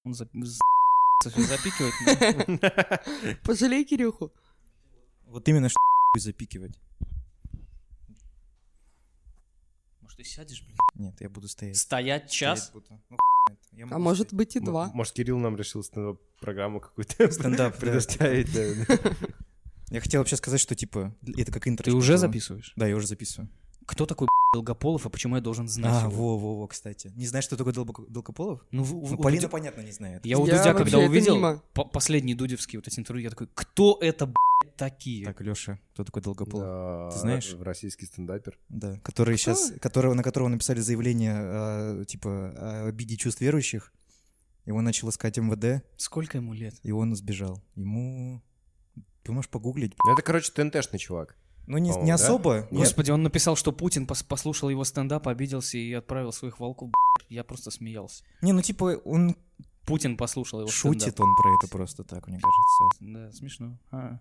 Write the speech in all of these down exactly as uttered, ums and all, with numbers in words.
Он запикивает. Пожалей Кирюху. Вот именно что запикивать. Может, ты сядешь, блин? Нет, я буду стоять. Стоять час? Стоять буду. Ну, я А могу может стоять. быть и М- два. Может, Кирилл нам решил стендап-программу какую-то Стендап, да. предоставить. да. Я хотел вообще сказать, что типа это как интро. Ты уже записываешь? Да, я уже записываю. Кто такой Долгополов, а почему я должен знать А, его? во-во-во, кстати. Не знаешь, что такое Долго- Долгополов? Ну, в- Ну, в- Полина, вот понятно, не знает. Я у Я Дудя, вообще когда это увидел мимо. по- последние дудевские вот эти интервью, я такой, кто это, блядь, такие? Так, Лёша, кто такой Долгополов? Да, Ты знаешь? в- Российский стендапер. Да, который Кто? сейчас, которого, на которого написали заявление, а, типа, о обиде чувств верующих. Его начал искать эм вэ дэ, Сколько ему лет? и он сбежал. Ему... Ты можешь погуглить? Ну, это, короче, ТНТшный чувак. Ну, не, По-моему, не да? особо. Нет. Господи, он написал, что Путин пос- послушал его стендап, обиделся и отправил своих волков, блядь. Я просто смеялся. Не, ну, типа, он Путин послушал его шутит стендап. он про это просто так, мне кажется. Да, смешно. А.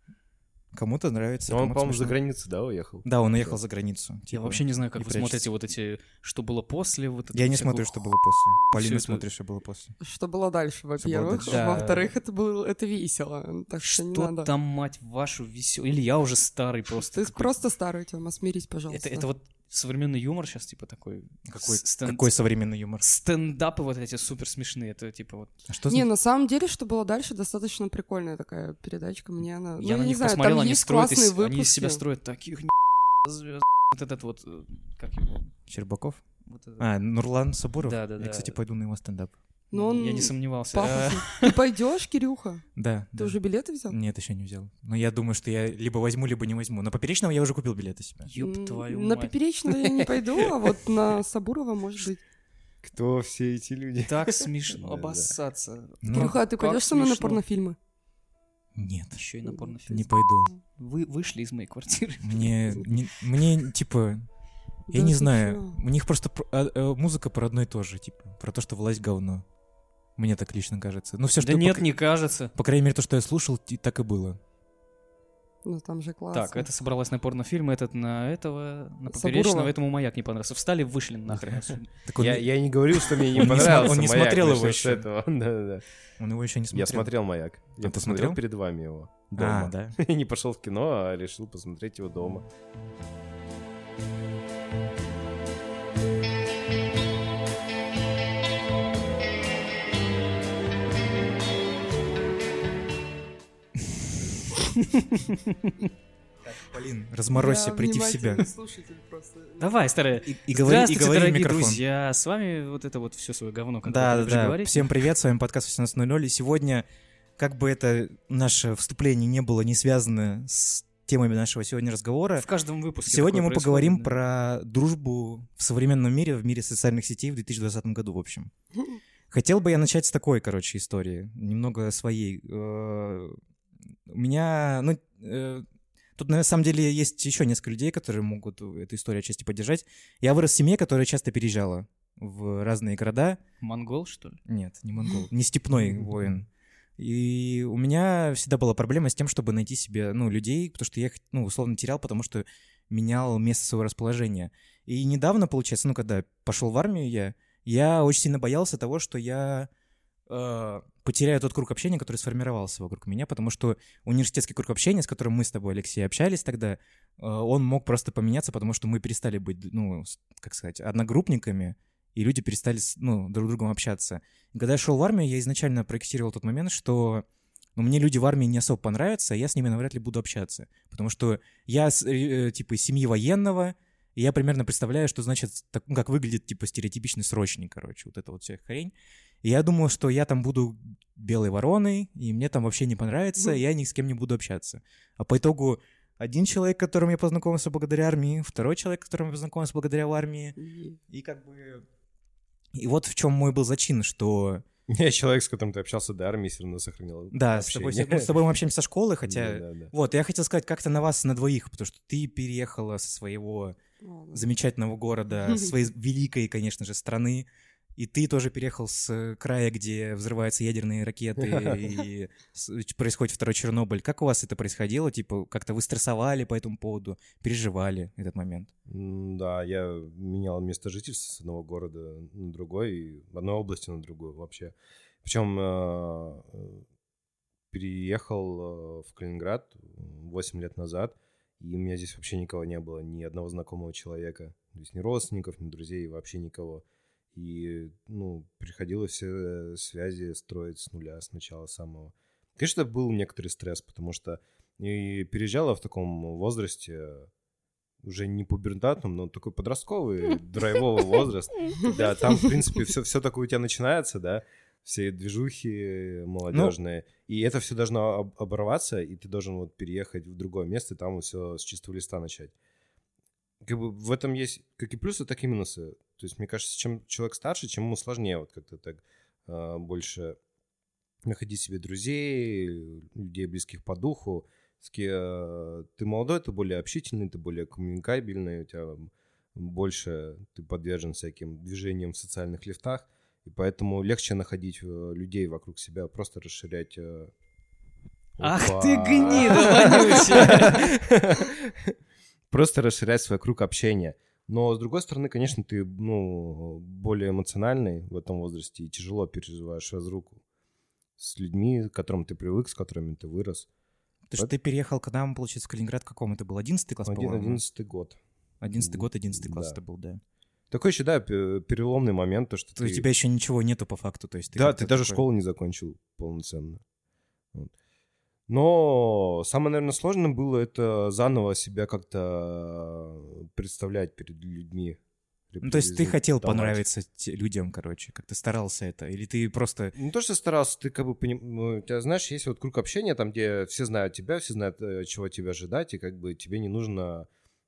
Кому-то нравится, Но он, кому-то по-моему, за смешно. границу, да, уехал? Да, он уехал за границу. Я типа. вообще не знаю, как и вы прячется. смотрите вот эти, что было после. Вот эту Я не всякую смотрю, что было после. Полина это- смотрит, что было после. Что было дальше, во-первых. дальше? Да. Во-вторых, это было это весело. Так что не Что надо. там, мать вашу, весел... Или я уже старый просто. Ты какой- просто старый, Тёма, смирись, пожалуйста. Это, это вот современный юмор сейчас, типа, такой... Какой, с- стен- какой современный юмор? Стендапы вот эти супер смешные. Это типа вот... А что за... Не, на самом деле, что было дальше, достаточно прикольная такая передачка. Мне она... Я ну, на не них знаю, посмотрел, там они есть строят классные из... выпуски. Они из себя строят таких звезд. Вот этот вот... э, Как его? Щербаков? Вот этот. А, Нурлан Сабуров? Да, да, Я, да. кстати, пойду на его стендап. Но он Я не сомневался. пафосный. Ты пойдешь, Кирюха? Да. Ты да. уже билеты взял? Нет, еще не взял. Но я думаю, что я либо возьму, либо не возьму. На Поперечного я уже купил билеты себе. Ёб М, твою На мать. Поперечного я не пойду, а вот на Сабурова, может быть. Кто все эти люди? Так смешно Да-да. обоссаться. Ну, Кирюха, а ты как пойдешь со мной на смешно. порнофильмы? Нет, Еще и на порнофильм. не пойду. Вы вышли из моей квартиры. Мне, не- мне типа, я Да не ты знаю, чё? у них просто про- а, а, музыка про одно и то же, типа, про то, что власть говно. Мне так лично кажется. Ну, все, что, Да нет, по, не кажется. по крайней мере, то, что я слушал, ти- так и было. Ну там же классно. Так, это собралась на порнофильм, этот на этого, на Сабурова. поперечного, этому маяк не понравился. Встали, вышли нахрен отсюда. Так он, Я, я не говорил, что мне не Он не смо- понравился он не «Маяк», смотрел его начнём с ещё. этого. Да-да-да. он его еще не смотрел. Я смотрел «Маяк». Я ты посмотрел смотрел? перед вами его А, дома. да. Я не пошел в кино, а решил посмотреть его дома. Полин, разморозься, Я прийти в себя. внимательный слушатель просто. Давай, старая. И, и говори, и Здравствуйте, говори в дорогие микрофон. друзья. С вами вот это вот все свое говно, которое Да, ты да, любишь да. говорить. Всем привет, с вами подкаст восемнадцать ноль ноль. И сегодня, как бы это наше вступление не было не связано с темами нашего сегодня разговора, В каждом выпуске сегодня такое мы поговорим происходит, да. про дружбу в современном мире, в мире социальных сетей в две тысячи двадцатом году, в общем. Хотел бы я начать с такой, короче, истории, немного своей. Э, У меня, ну, э, тут на самом деле есть еще несколько людей, которые могут эту историю отчасти поддержать. Я вырос в семье, которая часто переезжала в разные города. Монгол, что ли? Нет, не монгол, не степной воин. И у меня всегда была проблема с тем, чтобы найти себе, ну, людей, потому что я их, ну, условно терял, потому что менял место своего расположения. И недавно, получается, ну, когда пошел в армию я, я очень сильно боялся того, что я э, потеряю тот круг общения, который сформировался вокруг меня, потому что университетский круг общения, с которым мы с тобой, Алексей, общались тогда, э, он мог просто поменяться, потому что мы перестали быть, ну, с- как сказать, одногруппниками, и люди перестали, с- ну, друг с другом общаться. И когда я шел в армию, я изначально проектировал тот момент, что ну, мне люди в армии не особо понравятся, а я с ними навряд ли буду общаться. Потому что я, с- э, э, типа, из семьи военного, и я примерно представляю, что значит, так, ну, как выглядит, типа, стереотипичный срочник, короче, вот эта вот вся хрень. И я думал, что я там буду белой вороной, и мне там вообще не понравится, Ну. и я ни с кем не буду общаться. А по итогу один человек, с которым я познакомился благодаря армии, второй человек, с которым я познакомился благодаря в армии, И- и как бы... И вот в чем мой был зачин, что... Я человек, с которым ты общался до армии, все равно сохранил Да, с тобой, общение. ну, с тобой мы общаемся со школы, хотя... Да-да-да. Вот, я хотел сказать как-то на вас, на двоих, потому что ты переехала со своего Ладно. замечательного города, своей великой, конечно же, страны, и ты тоже переехал с края, где взрываются ядерные ракеты и с- происходит второй Чернобыль. Как у вас это происходило? Типа, как-то вы стрессовали по этому поводу, переживали этот момент? М, Да, я менял место жительства с одного города на другой, и в одной области на другую вообще. Причем э, переехал э, в Калининград восемь лет назад, и у меня здесь вообще никого не было, ни одного знакомого человека. То есть ни родственников, ни друзей, вообще никого. И, ну, приходилось все связи строить с нуля, с начала самого. Конечно, был некоторый стресс, потому что и переезжала в таком возрасте, уже не пубертатном, но такой подростковый, драйвовый возраст. Да, там, в принципе, все, все такое у тебя начинается, да, все движухи молодежные. Ну, и это все должно об- оборваться, и ты должен вот переехать в другое место, и там все с чистого листа начать. Как бы в этом есть как и плюсы, так и минусы. То есть, мне кажется, чем человек старше, чем ему сложнее вот как-то так э, больше находить себе друзей, людей, близких по духу. Ты молодой, ты более общительный, ты более коммуникабельный, у тебя больше, ты подвержен всяким движениям в социальных лифтах, и поэтому легче находить людей вокруг себя, просто расширять... Ах Опа. ты гнида вонючая! Просто расширять свой круг общения. Но, с другой стороны, конечно, ты, ну, более эмоциональный в этом возрасте и тяжело переживаешь разлуку с людьми, к которым ты привык, с которыми ты вырос. Ты что, ты переехал к нам, получается, в Калининград в каком это был? Одиннадцатый класс, по-моему? Одиннадцатый год. Одиннадцатый год, одиннадцатый класс Да. это был, да. Такой еще, да, пе- переломный момент, то, что То ты... у тебя еще ничего нету по факту, то есть ты Да, как-то ты даже такой- школу не закончил полноценно. Вот. Но самое, наверное, сложное было это заново себя как-то представлять перед людьми. Ну, то есть ты хотел репрезентовать. понравиться те- людям, короче, как ты старался это, или ты просто... Не то, что старался, ты как бы поним... ну, у тебя, знаешь, есть вот круг общения, там, где все знают тебя, все знают, э, чего от тебя ожидать, и как бы тебе не нужно,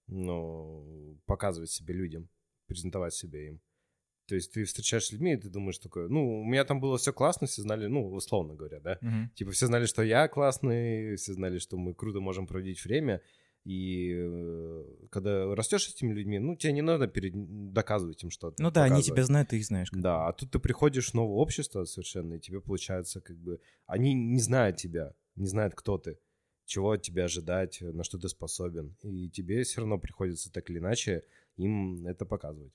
ну, показывать себя людям, презентовать себя им. То есть ты встречаешься с людьми, и ты думаешь такое, ну, у меня там было все классно, все знали, ну, условно говоря, да, Мгм. типа все знали, что я классный, все знали, что мы круто можем проводить время, и э, когда растешь с этими людьми, ну, тебе не надо перед... доказывать им что-то. Ну да, они показывать. тебя знают, ты их знаешь. как бы. Да, а тут ты приходишь в новое общество совершенно, и тебе получается как бы... Они не знают тебя, не знают, кто ты, чего от тебя ожидать, на что ты способен. И тебе все равно приходится так или иначе им это показывать.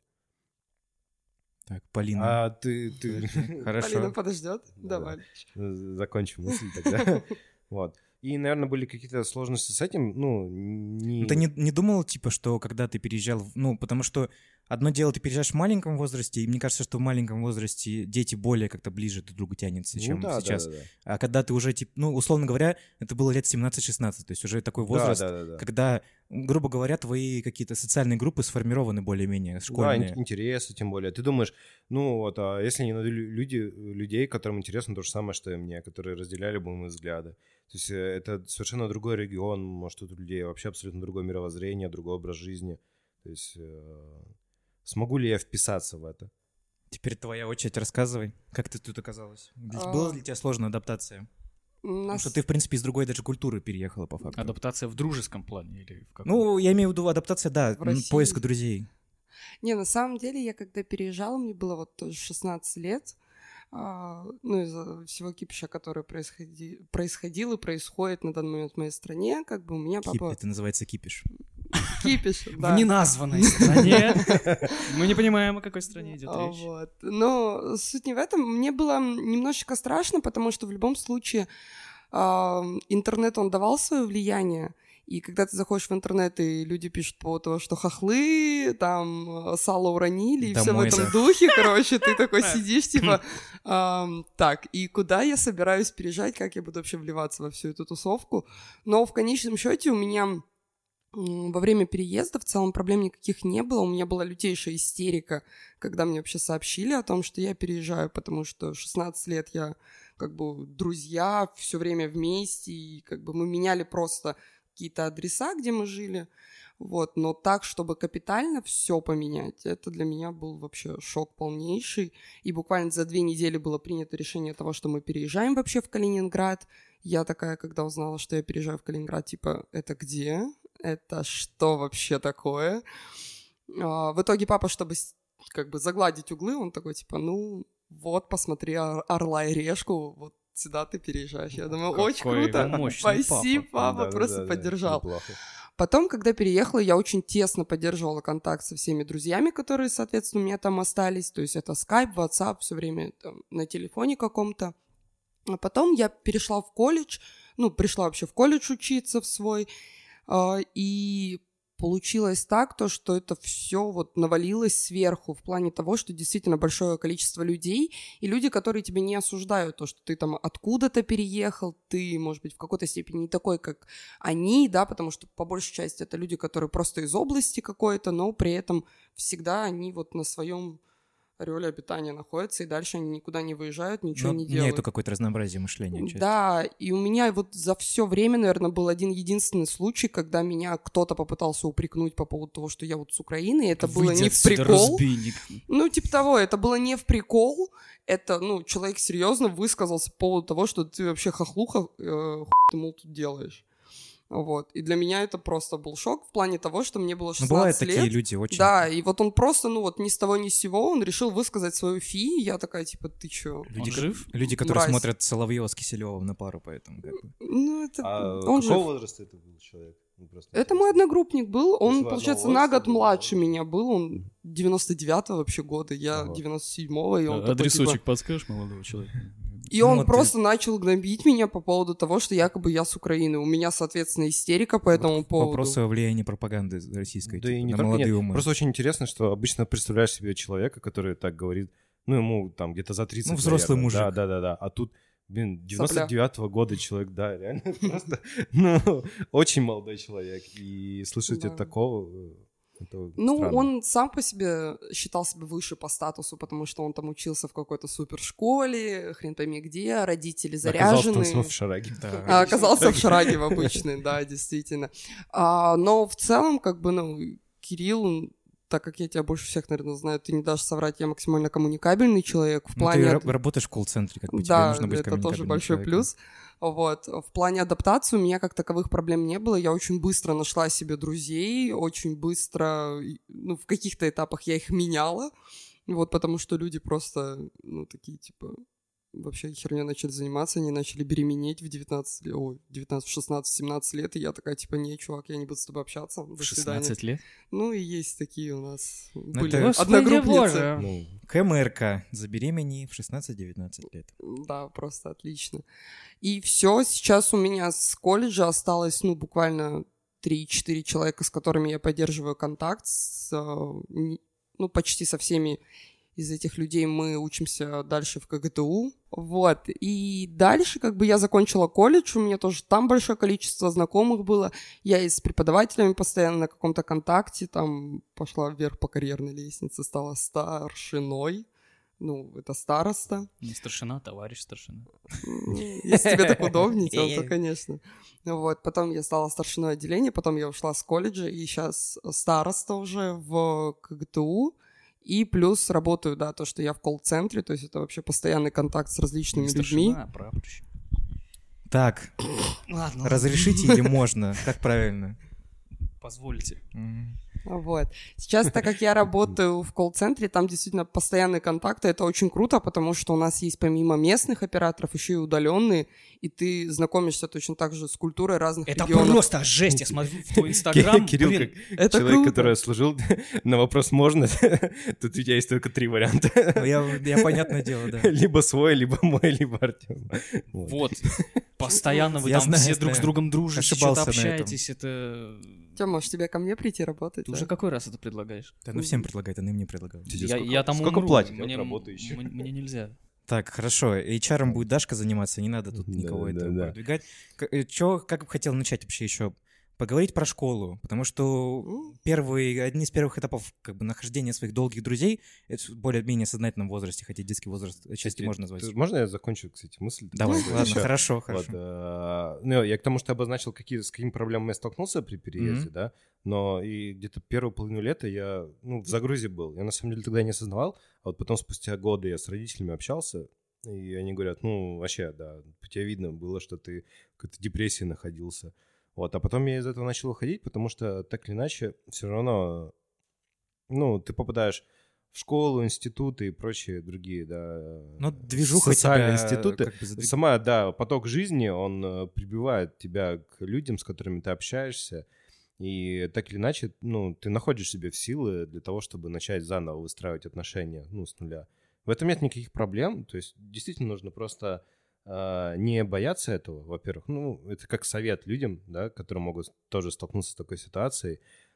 Так, Полина. А ты... ты... Полина Хорошо. подождет? Да, Давай. Закончим мысль тогда. Вот. И, наверное, были какие-то сложности с этим, ну, не... Ну, Ты не, не думал, типа, что когда ты переезжал, в- ну, потому что одно дело, ты переезжаешь в маленьком возрасте, и мне кажется, что в маленьком возрасте дети более как-то ближе друг к другу тянутся, Ну чем да, да, сейчас. да, да. А когда ты уже, типа, ну, условно говоря, это было лет семнадцать-шестнадцать, то есть уже такой возраст, Да, да, да, да. когда, грубо говоря, твои какие-то социальные группы сформированы более-менее, Да, школьные. ин- интересы, тем более. Ты думаешь, ну вот, а если не найду лю- люди, людей, которым интересно то же самое, что и мне, которые разделяли бы мои взгляды. То есть э, это совершенно другой регион, может, тут у людей вообще абсолютно другое мировоззрение, другой образ жизни. То есть э, смогу ли я вписаться в это? Теперь твоя очередь, рассказывай, как ты тут оказалась. Для- А. Была ли для тебя сложная адаптация? Потому Нас- что ты, в принципе, из другой даже культуры переехала, по факту. Адаптация в дружеском плане или в каком? Ну, я имею в виду адаптация, да, В м, России. поиск друзей. Не, на самом деле, я когда переезжала, мне было вот тоже шестнадцать лет, а, ну, из-за всего кипиша, который происходи... происходил и происходит на данный момент в моей стране, как бы у меня Кип- папа... это называется кипиш. Кипиш, В да. неназванной стране. Мы не понимаем, о какой стране идет А, речь. Вот. Но суть не в этом. Мне было немножечко страшно, потому что в любом случае а, интернет, он давал свое влияние. И когда ты заходишь в интернет, и люди пишут по поводу того, что хохлы, там, сало уронили, и все в Домой, этом да. духе, короче, ты такой сидишь, типа, ам, так, и куда я собираюсь переезжать, как я буду вообще вливаться во всю эту тусовку. Но в конечном счете у меня м, во время переезда в целом проблем никаких не было. У меня была лютейшая истерика, когда мне вообще сообщили о том, что я переезжаю, потому что шестнадцать лет я как бы друзья, все время вместе, и как бы мы меняли просто какие-то адреса, где мы жили, вот, но так, чтобы капитально все поменять, это для меня был вообще шок полнейший, и буквально за две недели было принято решение того, что мы переезжаем вообще в Калининград. Я такая, когда узнала, что я переезжаю в Калининград, типа, это где? Это что вообще такое? А, в итоге папа, чтобы с- как бы загладить углы, он такой, типа, ну, вот, посмотри Ор- «Орла и решку», вот сюда ты переезжаешь. Я думаю, Какой очень круто. мощный Спасибо, папа, Да, да, просто да, да, поддержал. неплохо. Потом, когда переехала, я очень тесно поддерживала контакт со всеми друзьями, которые, соответственно, у меня там остались. То есть это Skype, WhatsApp, все время там, на телефоне каком-то. А потом я перешла в колледж, ну, пришла вообще в колледж учиться в свой, э, и получилось так, то, что это все вот навалилось сверху в плане того, что действительно большое количество людей, и люди, которые тебя не осуждают, то, что ты там откуда-то переехал, ты, может быть, в какой-то степени не такой, как они, да, потому что по большей части это люди, которые просто из области какой-то, но при этом всегда они вот на своем ореоле обитания находятся, и дальше они никуда не выезжают, ничего Но не делают. Нету какое-то разнообразие мышления. Части. Да, и у меня вот за все время, наверное, был один единственный случай, когда меня кто-то попытался упрекнуть по поводу того, что я вот с Украины, и это Выйди было не в отсюда, прикол. разбийник. Ну, типа того, это было не в прикол, это, ну, человек серьезно высказался по поводу того, что ты вообще хохлуха, э, хуй ты, мол, тут делаешь. Вот. И для меня это просто был шок в плане того, что мне было шестнадцать Ну, бывают лет. такие люди очень. Да, и вот он просто, ну вот ни с того ни с сего, он решил высказать свою фи, и я такая, типа, ты чё? Люди, Он ко- жив? люди, которые Мразь. смотрят Соловьева с Киселевым на пару, поэтому как бы. Ну, это... А он какого жив. возраста это был человек? Ну, просто Это мой интересно. одногруппник был, он, Если вы получается, одного на год возраста, младше да. меня был, он девяносто девятого вообще года, я Ага. девяносто седьмого, и он такой, Адресочек типа... подскажешь молодого человека? И он Ну, вот просто начал гнобить меня по поводу того, что якобы я с Украины. У меня, соответственно, истерика по этому поводу. Вопрос о влиянии пропаганды российской Да типа, и не на только, молодые нет, умы. Просто очень интересно, что обычно представляешь себе человека, который так говорит, ну, ему там где-то за тридцать, Ну, взрослый наверное. мужик. Да, да, да, да. А тут, блин, девяносто девятого года человек, да, реально просто, ну, очень молодой человек. И слышать Да. от такого, это Ну, странно. он сам по себе считал себя выше по статусу, потому что он там учился в какой-то супершколе, хрен пойми где, родители Оказался там заряжены. снова в шараге. Да. А, оказался в шараге в обычной, да, действительно. А, но в целом, как бы, ну, Кирилл, он, так как я тебя больше всех, наверное, знаю, ты не дашь соврать, я максимально коммуникабельный человек в Ну, плане... ты от- ра- работаешь в колл-центре, как бы тебе Да, нужно быть это тоже коммуникабельным большой человеком. плюс. Вот. В плане адаптации у меня как таковых проблем не было. Я очень быстро нашла себе друзей, очень быстро, и, ну, в каких-то этапах я их меняла, вот, потому что люди просто, ну, такие, типа, вообще херня начали заниматься, они начали беременеть в девятнадцать лет, ой, девятнадцать, шестнадцать, семнадцать лет, и я такая, типа, не, чувак, я не буду с тобой общаться, до В свидания. шестнадцать лет? Ну, и есть такие у нас были это- Господи одногруппницы. боже. Ну, КМРК. Забеременей в шестнадцать-девятнадцать лет. Да, просто отлично. И все, сейчас у меня с колледжа осталось, ну, буквально три-четыре человека, с которыми я поддерживаю контакт. С, э, не- ну, почти со всеми из этих людей мы учимся дальше в КГТУ. Вот. И дальше, как бы, я закончила колледж, у меня тоже там большое количество знакомых было. Я и с преподавателями постоянно на каком-то контакте, там пошла вверх по карьерной лестнице, стала старшиной. Ну, это староста. Не старшина, а товарищ старшина. Ну, если тебе так удобнее, то, то, конечно. Вот, потом я стала старшиной отделения, потом я ушла с колледжа, и сейчас староста уже в КГТУ, и плюс работаю, да, то, что я в колл-центре, то есть это вообще постоянный контакт с различными Не людьми. старшина, а прапорщик. Так, Ладно, разрешите или можно? Как правильно? позвольте. Мгм. Вот. Сейчас, так как я работаю в колл-центре, там действительно постоянные контакты, это очень круто, потому что у нас есть помимо местных операторов еще и удаленные, и ты знакомишься точно так же с культурой разных Это регионов. просто жесть, я смотрю в твой инстаграм. Кирилл, блин, как это человек, круто. который служил на вопрос «можно», тут у тебя есть только три варианта. Ну, Я, я, понятное дело, да. Либо свой, либо мой, либо Артем. Вот. Постоянно вы Я там знаю, все знаю. друг с другом дружите, Ошибался что-то на этом. общаетесь, это... Тём, может, тебе ко мне прийти работать? Ты да? уже какой раз это предлагаешь? Да, ну всем предлагает, они мне предлагают. Тебе Я, сколько- я там сколько умру. платят, Мне, вот работающие? м- мне нельзя. Так, хорошо. эйч ар будет Дашка заниматься, не надо тут Да, никого да, этого да. продвигать. К- э, Чё, как бы хотел начать вообще еще? Поговорить про школу, потому что М? первые, одни из первых этапов как бы нахождения своих долгих друзей, это в более-менее сознательном возрасте, хотя детский возраст отчасти Кстати, можно назвать. ты- Можно я закончу, кстати, мысль? Давай, Такую ладно, ещё? хорошо, Вот, хорошо. э, ну, я к тому, что обозначил, какие, с какими проблемами я столкнулся при переезде, Мгм. да, но и где-то первую половину лета я, ну, в загрузе был. Я, на самом деле, тогда не осознавал, а вот потом, спустя годы, я с родителями общался, и они говорят, ну, вообще, да, по тебе видно было, что ты в какой-то депрессии находился. Вот, а потом я из этого начал уходить, потому что, так или иначе, все равно, ну, ты попадаешь в школу, институты и прочие другие, да, Но движуха социальные тебя институты. как бы задвиг- Сама, да, поток жизни, он э, прибивает тебя к людям, с которыми ты общаешься, и так или иначе, ну, ты находишь себе в силы для того, чтобы начать заново выстраивать отношения, ну, с нуля. В этом нет никаких проблем, то есть действительно нужно просто э, не бояться этого, во-первых. Ну, это как совет людям, да, которые могут тоже столкнуться с такой ситуацией.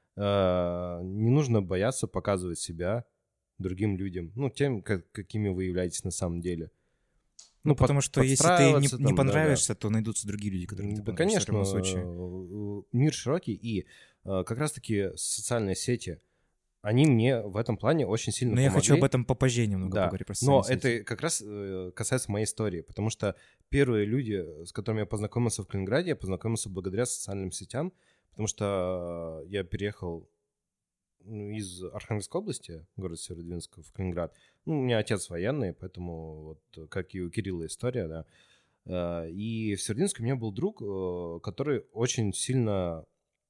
Э, не нужно бояться показывать себя другим людям, ну, тем, как, какими вы являетесь на самом деле. Ну, Ну, потому под- что если ты не, подстраиваться не там, понравишься, да-да. то найдутся другие люди, которые тебе Да, понравятся в конечно, любом случае. э, мир широкий, и э, как раз-таки социальные сети, они мне в этом плане очень сильно Но я помогли. хочу об этом попозже немного Да, поговорить. Про но социальные сети. это как раз э, касается моей истории, потому что первые люди, с которыми я познакомился в Калининграде, я познакомился благодаря социальным сетям, потому что я переехал ну, из Архангельской области, город Северодвинск, в Калининград. Ну, у меня отец военный, поэтому вот как и у Кирилла история, да. Э, И в Северодвинске у меня был друг, э, который очень сильно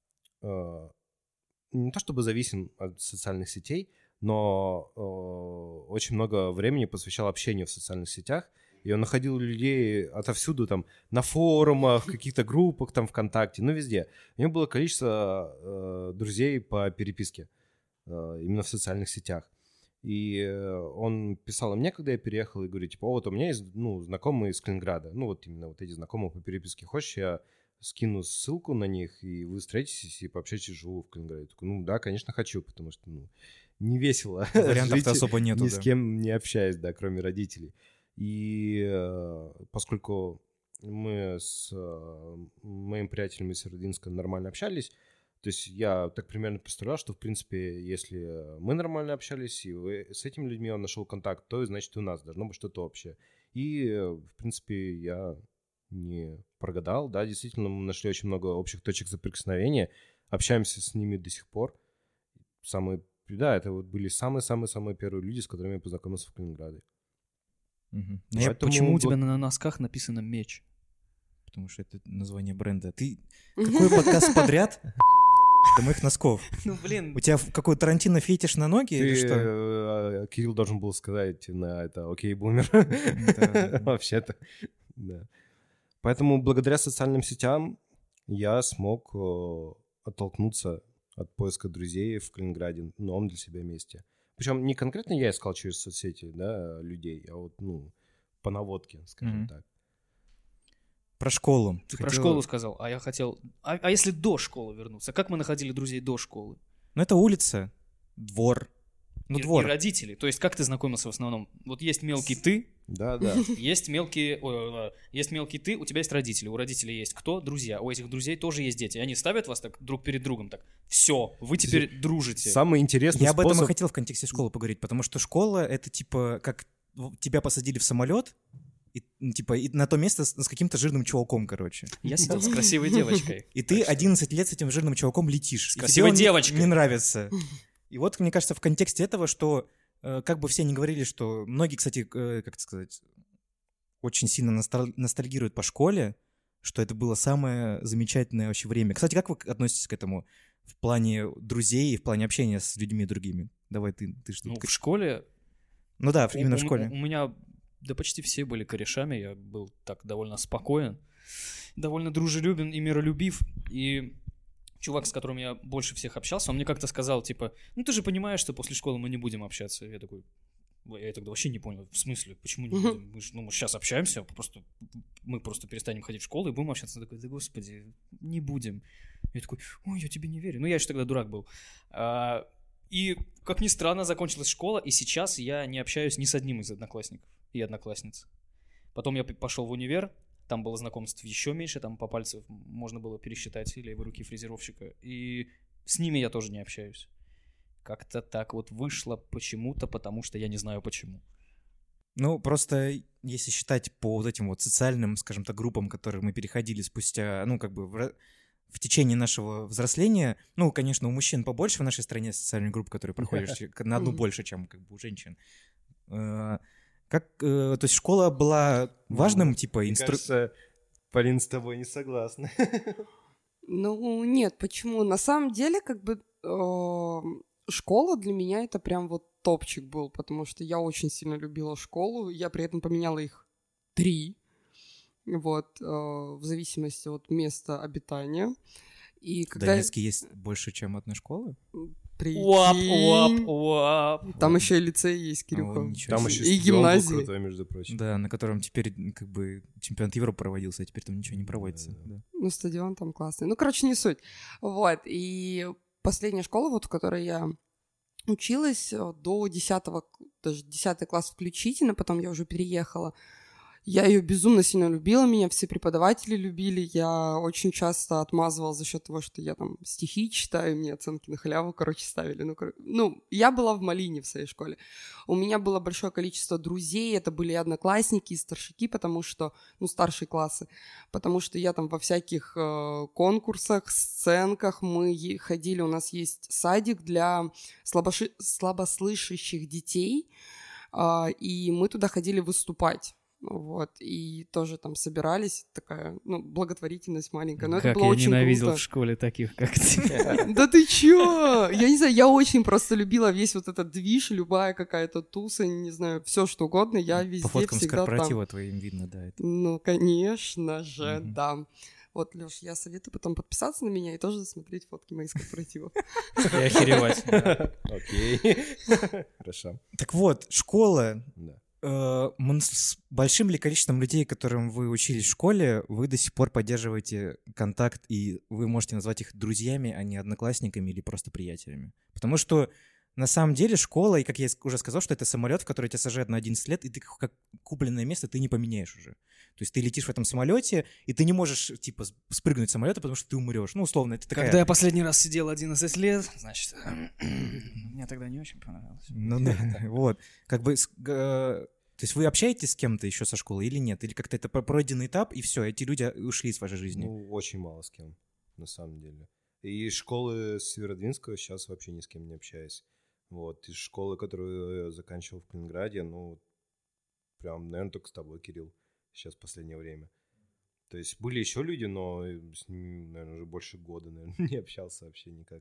э, не то чтобы зависим от социальных сетей, но э, очень много времени посвящал общению в социальных сетях. И он находил людей отовсюду, там, на форумах, каких-то группах, там, ВКонтакте, ну, везде. У него было количество э, друзей по переписке, э, именно в социальных сетях. И э, он писал мне, когда я переехал, и говорит, типа, о, вот у меня есть, ну, знакомые из Калининграда, ну, вот именно вот эти знакомые по переписке. Хочешь, я скину ссылку на них, и вы встретитесь и пообщаетесь, живу в Калининграде. Я такой, ну, да, конечно, хочу, потому что, ну, не весело. Вариантов-то особо нету, Ни с да. кем не общаясь, да, кроме родителей. И э, поскольку мы с э, моим приятелем из Северодвинска нормально общались, то есть я так примерно представлял, что, в принципе, если мы нормально общались, и вы, с этими людьми он нашел контакт, то, значит, и у нас должно быть что-то общее. И, э, в принципе, я не прогадал, да, действительно, мы нашли очень много общих точек соприкосновения, общаемся с ними до сих пор. Самые, да, это вот были самые-самые-самые первые люди, с которыми я познакомился в Калининграде. Мгм. Ну, а Поэтому почему у вот- тебя на носках написано меч? Потому что это название бренда. Ты какой подкаст подряд? До моих носков. Ну, блин. У тебя в- какой Тарантино фетиш на ноги или Ты, что? э, Кирилл должен был сказать на это «Окей, бумер». Да. Вообще-то, да. Поэтому благодаря социальным сетям я смог э, оттолкнуться от поиска друзей в Калининграде, в новом для себя месте. Причем не конкретно я искал через соцсети, да, людей, а вот, ну, по наводке, скажем Мгм. так. Про школу. Ты про Хотел- школу сказал, а я хотел... А, а если до школы вернуться? Как мы находили друзей до школы? Ну, это улица, двор. Ну, и, двор. и родители. То есть как ты знакомился в основном? Вот есть мелкий ты, Да, да. есть мелкие... ой, э, есть мелкий ты, у тебя есть родители. У родителей есть кто? Друзья. У этих друзей тоже есть дети. И они ставят вас так друг перед другом так. Все, вы теперь дружите. Самый интересный Я об этом и способ... хотел в контексте школы поговорить, потому что школа — это типа как в- тебя посадили в самолет, и, ну, типа, и на то место с, с каким-то жирным чуваком, короче. Я сидел с красивой девочкой. И ты одиннадцать лет с этим жирным чуваком летишь. С и красивой тебе он девочкой. не нравится. И вот, мне кажется, в контексте этого, что э, как бы все не говорили, что многие, кстати, э, как это сказать, очень сильно носталь- ностальгируют по школе, что это было самое замечательное вообще время. Кстати, как вы относитесь к этому в плане друзей и в плане общения с людьми другими? Давай ты, ты что? Ну, в школе... Ну да, у- именно у- в школе. У меня... Да почти все были корешами. Я был так довольно спокоен, довольно дружелюбен и миролюбив. И чувак, с которым я больше всех общался, он мне как-то сказал, типа, ну ты же понимаешь, что после школы мы не будем общаться. Я такой, я тогда вообще не понял, в смысле, почему не будем? Мы, ж, ну, мы сейчас общаемся, просто, мы просто перестанем ходить в школу и будем общаться. Он такой, да господи, не будем. Я такой, ой, я тебе не верю. Ну я еще тогда дурак был. А, и, как ни странно, закончилась школа, и сейчас я не общаюсь ни с одним из одноклассников и одноклассниц. Потом я п- пошел в универ, там было знакомств еще меньше, там по пальцам можно было пересчитать левой руки фрезеровщика. И с ними я тоже не общаюсь. Как-то так вот вышло почему-то, потому что я не знаю почему. Ну, просто если считать по вот этим вот социальным, скажем так, группам, которые мы переходили спустя, ну, как бы в, ра- в течение нашего взросления, ну, конечно, у мужчин побольше в нашей стране социальных групп, которые проходишь на одну больше, чем как бы у женщин. Э, Как, э, то есть школа была важным, типа, Мне инстру... кажется, Полин с тобой не согласна. Ну, нет, почему? На самом деле, как бы, э, школа для меня это прям вот топчик был, потому что я очень сильно любила школу, я при этом поменяла их три, вот, э, в зависимости от места обитания. И В когда... Донецке есть больше, чем одна школа? Прикинь. Уап, уап, уап. Там еще и лицей есть, Кирюха. О, ничего Там себе. еще И стадион был гимназии. крутой, между прочим. Да, на котором теперь как бы чемпионат Европы проводился, а теперь там ничего не проводится. Да. Да. Ну, стадион там классный. Ну, короче, не суть. Вот, и последняя школа, вот в которой я училась до десятого, даже десятый класс включительно, потом я уже переехала. Я ее безумно сильно любила, меня все преподаватели любили, я очень часто отмазывала за счет того, что я там стихи читаю, мне оценки на халяву, короче, ставили. Ну, кор... ну, я была в Малине в своей школе. У меня было большое количество друзей, это были и одноклассники, и старшики, потому что, ну, старшие классы, потому что я там во всяких э, конкурсах, сценках, мы е- ходили, у нас есть садик для слабоши... слабослышащих детей, э, и мы туда ходили выступать. Вот, и тоже там собирались, такая, ну, благотворительность маленькая, но Как это было я очень ненавидел круто. в школе таких, как ты. Да ты чё? Я не знаю, я очень просто любила весь вот этот движ, любая какая-то туса, не знаю, все что угодно, я везде По фоткам с всегда там. корпоратива твоим видно, да. Это. Ну, конечно же, Мгм. да. Вот, Лёш, я советую потом подписаться на меня и тоже смотреть фотки моих с корпоративов. И охеревать. Окей. Хорошо. Так вот, школа. Да. Э, мон- С большим ли количеством людей, которым вы учились в школе, вы до сих пор поддерживаете контакт, и вы можете назвать их друзьями, а не одноклассниками или просто приятелями? Потому что на самом деле школа, и как я уже сказал, что это самолет, в который тебя сажают на одиннадцать лет, и ты как купленное место ты не поменяешь уже. То есть ты летишь в этом самолете, и ты не можешь, типа, с- спрыгнуть с самолета, потому что ты умрешь. Ну, условно, это такая... Когда я последний раз сидел одиннадцать лет, значит, мне тогда не очень понравилось. Ну да, да, вот. Как бы, с- г- то есть вы общаетесь с кем-то еще со школы или нет? Или как-то это про- пройденный этап, и все, эти люди ушли из вашей жизни? Ну, очень мало с кем, на самом деле. И из школы Северодвинского сейчас вообще ни с кем не общаюсь. Вот, из школы, которую я заканчивал в Калининграде, ну, прям, наверное, только с тобой, Кирилл, сейчас в последнее время. То есть были еще люди, но с ними, наверное, уже больше года, наверное, не общался вообще никак.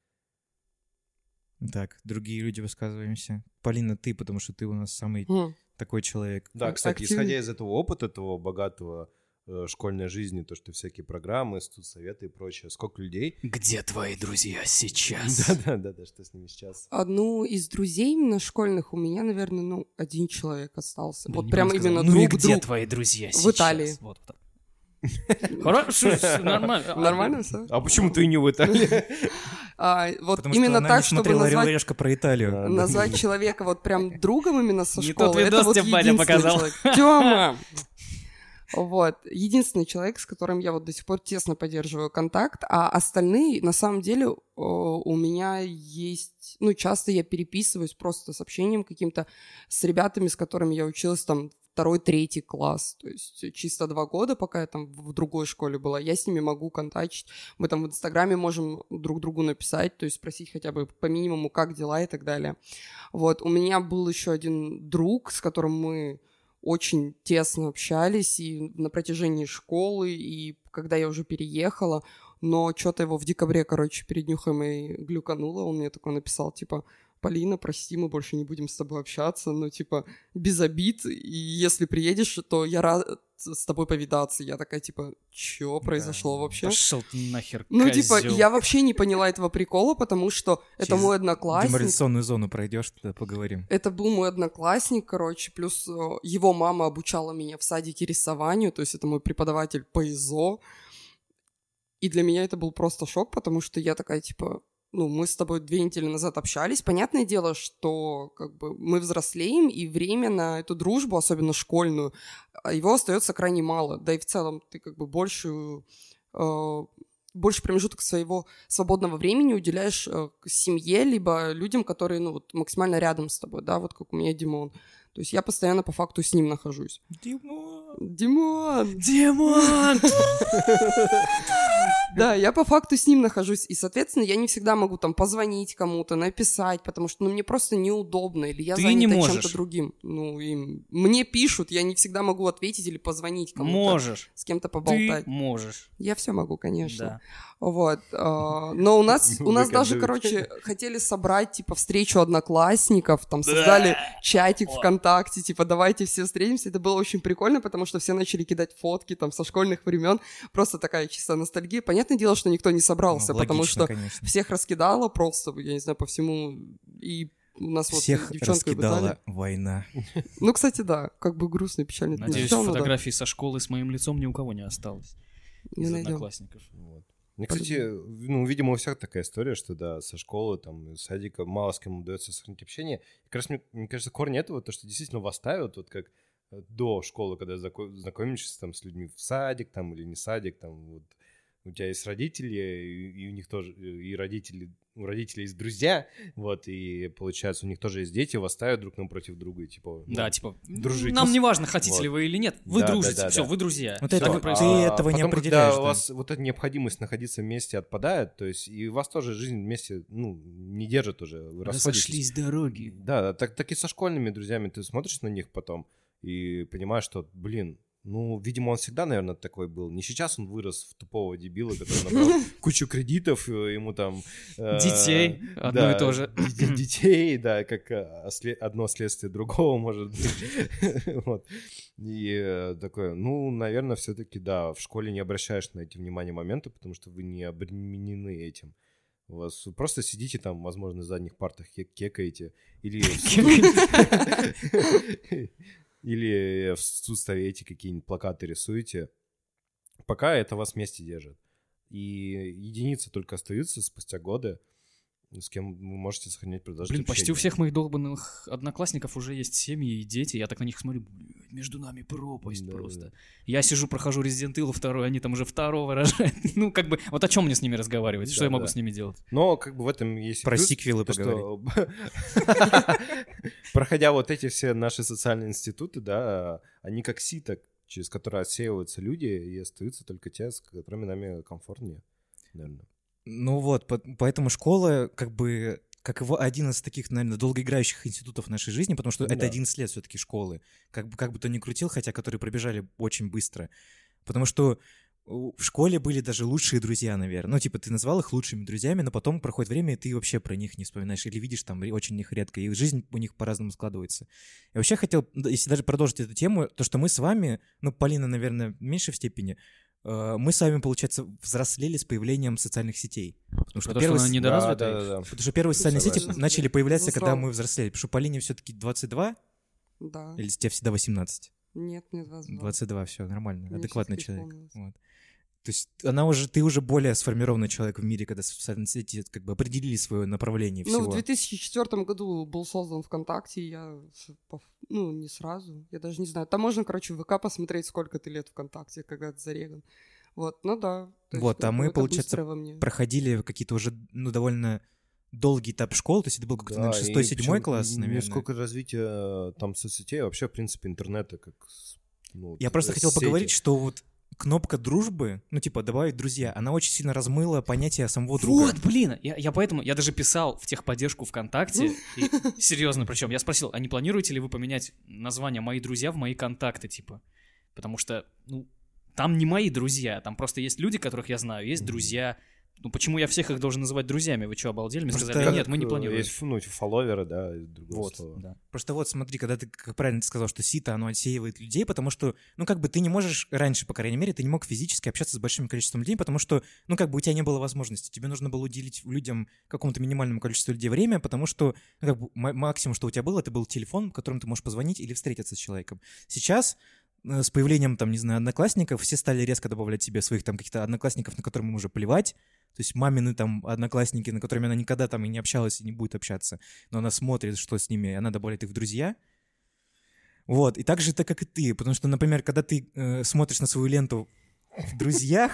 Так, другие люди высказываемся. Полина, ты, потому что ты у нас самый М. такой человек. Да, кстати, Активно. исходя из этого опыта, того богатого э, школьной жизни, то, что всякие программы, студсоветы и прочее, сколько людей... Где твои друзья сейчас? Да-да-да, что с ними сейчас? Одну из друзей именно школьных у меня, наверное, ну, один человек остался. Да Вот не прям буду сказать. именно Ну и друг, где друг. твои друзья сейчас? В Италии. Вот так. Хорошо, нормально. Нормально все? А почему ты не в Италии? А, вот Потому именно что она так, не чтобы смотрела «Орел и назвать, решка» про Италию. Да. назвать человека вот прям другом именно со Не школы. тот видос это вот тебе Ваня единственный показал. человек. Тёма! Вот. Единственный человек, с которым я вот до сих пор тесно поддерживаю контакт, а остальные, на самом деле, о, у меня есть... Ну, часто я переписываюсь просто сообщением каким-то с ребятами, с которыми я училась там второй, третий класс, то есть чисто два года, пока я там в другой школе была, я с ними могу контактить, мы там в Инстаграме можем друг другу написать, то есть спросить хотя бы по минимуму, как дела и так далее. Вот, у меня был еще один друг, с которым мы очень тесно общались и на протяжении школы, и когда я уже переехала, но что-то его в декабре, короче, перед нюхой моей глюкануло, он мне такой написал, типа, Полина, прости, мы больше не будем с тобой общаться, но, типа, без обид, и если приедешь, то я рад с тобой повидаться. Я такая, типа, чё произошло Да. вообще? Пошел ты нахер, Ну, типа, козёл. я вообще не поняла этого прикола, потому что это Через мой одноклассник. Деморализационную зону пройдешь, тогда поговорим. Это был мой одноклассник, короче, плюс э, его мама обучала меня в садике рисованию, то есть это мой преподаватель по ИЗО. И для меня это был просто шок, потому что я такая, типа, ну, мы с тобой две недели назад общались. Понятное дело, что как бы мы взрослеем, и время на эту дружбу, особенно школьную, а его остается крайне мало. Да и в целом ты как бы большую... э, больше промежуток своего свободного времени уделяешь э, к семье, либо людям, которые, ну, вот, максимально рядом с тобой, да, вот как у меня Димон. То есть я постоянно по факту с ним нахожусь. Димон! Димон! Димон! Да, я по факту с ним нахожусь, и, соответственно, я не всегда могу там позвонить кому-то, написать, потому что, ну, мне просто неудобно, или я Ты не занята можешь. чем-то другим. Ну, и мне пишут, я не всегда могу ответить или позвонить кому-то. Можешь. С кем-то Ты поболтать. можешь. Я все могу, конечно. Да. Вот. а, Но у нас, у нас даже, Выкидывает. короче, хотели собрать, типа, встречу одноклассников, там, создали чатик ВКонтакте, типа, давайте все встретимся. Это было очень прикольно, потому что все начали кидать фотки, там, со школьных времен. Просто такая чистая ностальгия. Понятное дело, что никто не собрался, Ну, потому логично, что конечно. всех раскидало просто, я не знаю, по всему. И у нас Всех вот девчонку раскидала война. Ну, кстати, да, как бы грустно и печально. это не Надеюсь, звучало, но да. фотографий со школы с моим лицом ни у кого не осталось. Не Из найдем. одноклассников. Вот. Мне, кстати, ну, видимо, у всех такая история, что, да, со школы, там, из садика мало с кем удается сохранить общение. И, как раз, мне, мне кажется, корень этого, то, что действительно вас ставят, вот как до школы, когда зако- знакомишься там с людьми в садик, там, или не садик, там, вот, у тебя есть родители, и, и у них тоже, и родители, у родителей есть друзья, вот, и, получается, у них тоже есть дети, вас ставят друг напротив друга, и, типа... ну, Да, типа, дружить. нам не важно, хотите Вот. ли вы или нет, вы Да, да, дружите, да, все, да. вы друзья. Вот Всё это так вот и происходит. ты этого не потом, определяешь, когда у да. вас вот эта необходимость находиться вместе отпадает, то есть и у вас тоже жизнь вместе, ну, не держит уже, вы расходитесь. Разошлись дороги. Да, так, так и со школьными друзьями ты смотришь на них потом и понимаешь, что, блин, ну, видимо, он всегда, наверное, такой был. Не сейчас он вырос в тупого дебила, который набрал кучу кредитов, э, ему там... э, Детей, одно да, и то же. д- Детей, да, как э, осле- одно следствие другого, может быть. Вот. И э, такое, ну, наверное, все-таки, да, в школе не обращаешь на эти внимания моменты, потому что вы не обременены этим. У вас вы просто сидите там, возможно, на задних партах кек- кекаете, или... Или в суставе эти какие-нибудь плакаты рисуете. Пока это вас вместе держит. И единицы только остаются спустя годы, с кем вы можете сохранять продолжительность Блин, почти у всех моих долбанных одноклассников уже есть семьи и дети. Я так на них смотрю, блядь, между нами пропасть Да, просто. да. Я сижу, прохожу Resident Evil второй, они там уже второго рожают. Ну, как бы, вот о чем мне с ними разговаривать? Что Да, я могу да. с ними делать? Но как бы в этом есть Про плюс, сиквелы то, что проходя вот эти все наши социальные институты, да, они как сито, через которые отсеиваются люди, и остаются только те, с которыми нами комфортнее, наверное. Ну вот, по- поэтому школа, как бы, как его один из таких, наверное, долгоиграющих институтов в нашей жизни, потому что Ну это да. одиннадцать лет все-таки школы, как бы, как бы то ни крутил, хотя которые пробежали очень быстро. Потому что у- в школе были даже лучшие друзья, наверное. Ну, типа, ты назвал их лучшими друзьями, но потом проходит время, и ты вообще про них не вспоминаешь, или видишь там ре- очень их редко, и жизнь у них по-разному складывается. Я вообще хотел, да, если даже продолжить эту тему, то, что мы с вами, ну, Полина, наверное, в меньшей степени, э, мы с вами, получается, взрослели с появлением социальных сетей. Потому что Потому первый что она с- недоразвитая. Да, да, да. Потому что первые социальные сети Согласен. начали появляться, когда Безусловно. мы взрослели. Потому что Полине все-таки двадцать два, Да. или тебе всегда восемнадцать? Нет, мне двадцать два. двадцать два, все, нормально, Мне адекватный щас человек. исполнилось. Вот. То есть она уже, ты уже более сформированный человек в мире, когда социальные сети как бы определили свое направление всего. Ну, в две тысячи четвёртом году был создан ВКонтакте, и я, с- пов- ну, не сразу, я даже не знаю. Там можно, короче, в ВК посмотреть, сколько ты лет ВКонтакте, когда ты зареган. Вот, ну да. то есть, Вот, как а бы мы, это получается, быстро во мне. Проходили какие-то уже, ну, довольно долгий этап школы, то есть это был какой-то, наверное, и шестой, седьмой причём класс, не наверное. сколько развития там соцсетей, а вообще, в принципе, интернета как... с- ну, Я просто э, хотел сети. поговорить, что вот кнопка дружбы, ну, типа, добавить друзья, она очень сильно размыла понятие самого друга. Вот, блин, я, я поэтому, я даже писал в техподдержку ВКонтакте, и, серьезно причем, я спросил, а не планируете ли вы поменять название «Мои друзья» в «Мои контакты», типа? Потому что, ну, там не мои друзья, там просто есть люди, которых я знаю, есть Мгм. друзья. Ну, почему я всех их должен называть друзьями? Вы что, обалдели? Мне Просто сказали, как, нет, мы не Э, планируем. Есть, ну, эти фолловеры, да, и другое Вот, слово. да. Просто вот смотри, когда ты, как правильно ты сказал, что сито, оно отсеивает людей, потому что, ну, как бы ты не можешь, раньше, по крайней мере, ты не мог физически общаться с большим количеством людей, потому что, ну, как бы у тебя не было возможности. Тебе нужно было уделить людям какому-то минимальному количеству людей время, потому что, ну, как бы м- максимум, что у тебя было, это был телефон, которым ты можешь позвонить или встретиться с человеком. Сейчас э, с появлением, там, не знаю, одноклассников, все стали резко добавлять себе своих там каких-то одноклассников, на которых им уже плевать. То есть мамины там одноклассники, на которыми она никогда там и не общалась, и не будет общаться. Но она смотрит, что с ними, и она добавляет их в друзья. Вот, и так же это, как и ты. Потому что, например, когда ты э, смотришь на свою ленту в друзьях,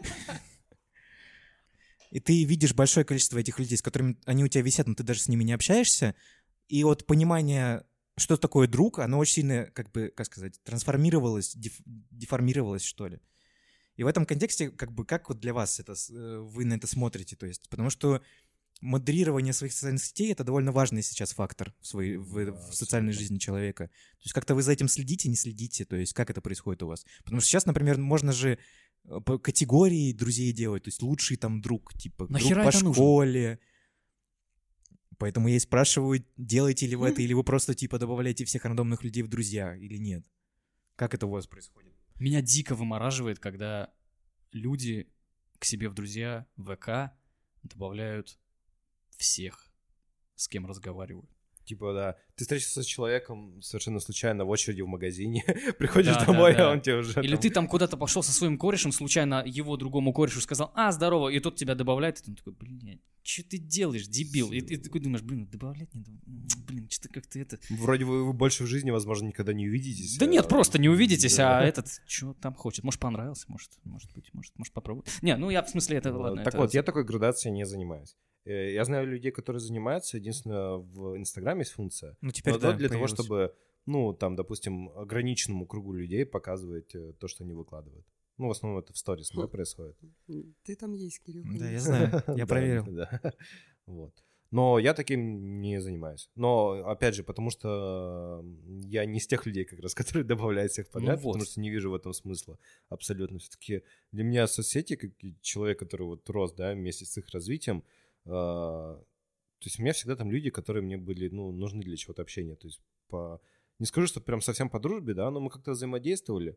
и ты видишь большое количество этих людей, с которыми они у тебя висят, но ты даже с ними не общаешься, и вот понимание, что такое друг, оно очень сильно, как бы, как сказать, трансформировалось, деф- деформировалось, что ли. И в этом контексте, как бы, как вот для вас это, вы на это смотрите? То есть, потому что модерирование своих социальных сетей — это довольно важный сейчас фактор в, своей, в, Да, в социальной жизни человека. То есть как-то вы за этим следите, не следите? То есть как это происходит у вас? Потому что сейчас, например, можно же по категории друзей делать, то есть лучший там друг, типа Нахера друг по это школе. Нужно? Поэтому я и спрашиваю, делаете ли вы это, или вы просто типа добавляете всех рандомных людей в друзья, или нет? Как это у вас происходит? Меня дико вымораживает, когда люди к себе в друзья в ВК добавляют всех, с кем разговаривают. Типа, да, ты встретился с человеком совершенно случайно в очереди в магазине, приходишь Да, домой, да, да. а он тебе уже Или там... ты там куда-то пошел со своим корешем, случайно его другому корешу сказал: а, здорово, и тот тебя добавляет, и ты такой: блин, что ты делаешь, дебил? И ты такой думаешь: блин, добавлять не добавлять, блин, что-то как-то это... Вроде вы, вы больше в жизни, возможно, никогда не увидитесь. Да а... нет, просто не увидитесь, Да. а этот что там хочет. Может, понравился, может, может быть, может, может попробовать. Не, ну я в смысле это, ладно. Так это... вот, я такой градацией не занимаюсь. Я знаю людей, которые занимаются. Единственное, в Инстаграме есть функция. Ну, теперь Но да, для того, появилось. чтобы, ну, там, допустим, ограниченному кругу людей показывать э, то, что они выкладывают. Ну, в основном это в сторис, да, происходит. Ты там есть, Кирилл. Да, я знаю, я Да, проверил. да. Вот. Но я таким не занимаюсь. Но, опять же, потому что я не из тех людей, как раз, которые добавляют всех подряд, Ну вот. потому что не вижу в этом смысла абсолютно. Все-таки для меня соцсети, как и человек, который вот рос, да, вместе с их развитием, э, то есть у меня всегда там люди, которые мне были, ну, нужны для чего-то общения. То есть по... не скажу, что прям совсем по дружбе, да, но мы как-то взаимодействовали.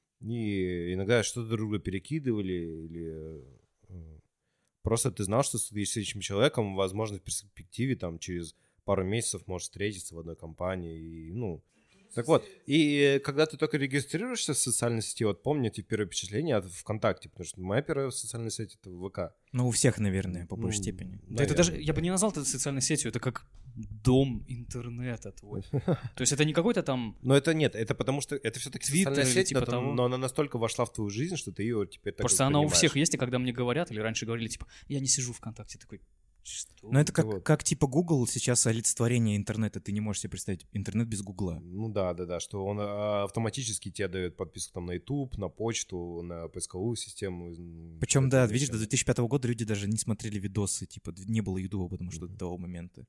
И иногда что-то друг друга перекидывали, или э, просто ты знал, что с этим человеком, возможно, в перспективе там через пару месяцев можешь встретиться в одной компании, и, ну, так вот. И когда ты только регистрируешься в социальной сети, вот помните первое впечатление от ВКонтакте, потому что моя первая социальная сеть — это ВК. Ну, у всех, наверное, по большей Ну, степени. Да это даже, я бы не назвал это социальной сетью, это как дом интернета твой. То есть это не какой-то там... Но это нет, это потому что это все-таки Твиттер социальная или сеть, типа но, того. но она настолько вошла в твою жизнь, что ты ее теперь так Просто она у воспринимаешь. всех есть, и когда мне говорят, или раньше говорили, типа, я не сижу ВКонтакте, такой, что? Но это как, Вот. как типа Google сейчас олицетворение интернета. Ты не можешь себе представить интернет без Гугла. Ну да, да, да, что он а, автоматически тебе дает подписку там на YouTube, на почту, на поисковую систему. Причем, Это да, зачем? видишь, до две тысячи пятого года люди даже не смотрели видосы, типа, не было Ютуба, потому что до того момента.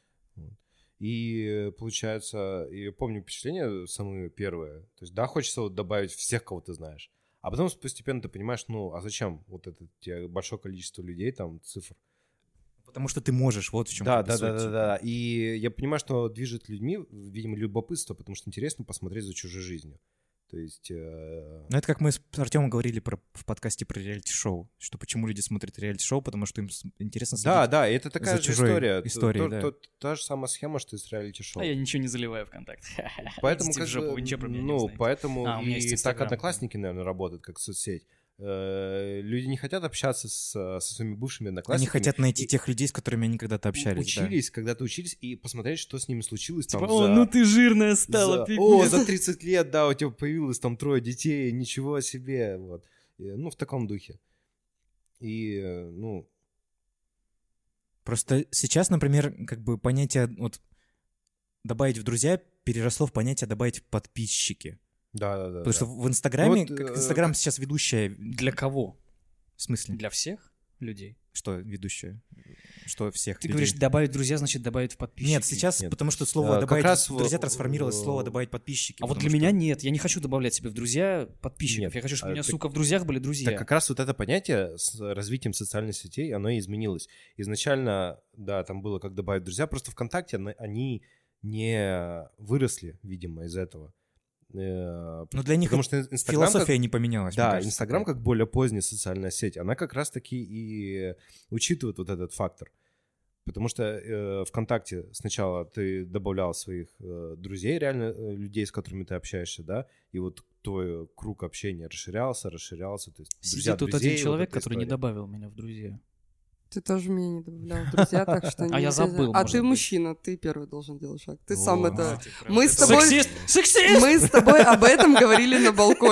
И получается, я помню впечатление самое первое. То есть, да, хочется вот добавить всех, кого ты знаешь. А потом постепенно ты понимаешь, ну, а зачем вот это тебе большое количество людей, там, цифр. Потому что ты можешь, вот в чем Да, да, да, да, да. И я понимаю, что движет людьми, видимо, любопытство, потому что интересно посмотреть за чужой жизнью. То есть... Э... Ну, это как мы с Артемом говорили про, в подкасте про реалити-шоу, что почему люди смотрят реалити-шоу, потому что им с- интересно следить. Да, да, это такая за же чужой история. историей, То- да. то- Та же самая схема, что и с реалити-шоу. А я ничего не заливаю ВКонтакте. Поэтому, Идите как в жопу, бы, вы ничего про меня не ну, узнаете. поэтому А, у меня и есть так Инстаграм. Одноклассники, наверное, работают как соцсеть. Э, Люди не хотят общаться с, со своими бывшими Они одноклассниками. хотят найти И тех людей, с которыми они когда-то общались. да. Учились, когда-то учились, и посмотреть, что с ними случилось. Типа, там, о, за- ну ты жирная за- стала, О, пипец. за тридцать лет, да, у тебя появилось там трое детей, ничего себе, вот. И, ну, в таком духе. И, э, ну, Просто сейчас, например, как бы понятие вот добавить в друзья переросло в понятие добавить в подписчики. да-да-да. Потому что в Инстаграме, Ну вот, как э, Инстаграм как- сейчас ведущая... Для кого? В смысле? Для всех людей? Что ведущая? Что всех Ты людей? говоришь, добавить в друзья, значит добавить в подписчики. Нет, сейчас, Нет. потому что слово А, как добавить раз в друзья в- трансформировалось в слово в- добавить подписчики. А вот потому для меня что- нет, я не хочу добавлять себе в друзья подписчиков. Нет, Я хочу, чтобы а у меня, так- сука, в друзьях были друзья. Так как раз вот это понятие с развитием социальных сетей, оно и изменилось. Изначально, да, там было как добавить друзья, просто ВКонтакте оно- они не выросли, видимо, из этого. Э, Но для них Потому это что Инстаграм как- философия не поменялась. мне Да, кажется, Инстаграм такая. как более поздняя социальная сеть, она как раз-таки и учитывает вот этот фактор. Потому что э, ВКонтакте сначала ты добавлял своих э, друзей, реально э, людей, с которыми ты общаешься, да, и вот твой круг общения расширялся, расширялся. То есть друзья Сидит тут друзей, один человек, вот эта который не история. добавил меня в друзья. Ты тоже меня не добавлял в друзья, так что... А не- я забыл, А может ты быть. мужчина, ты первый должен делать шаг. Ты сам О, это... Кстати, Мы правда. с тобой- Сексист! Сексист! Мы с тобой об этом говорили на балконе.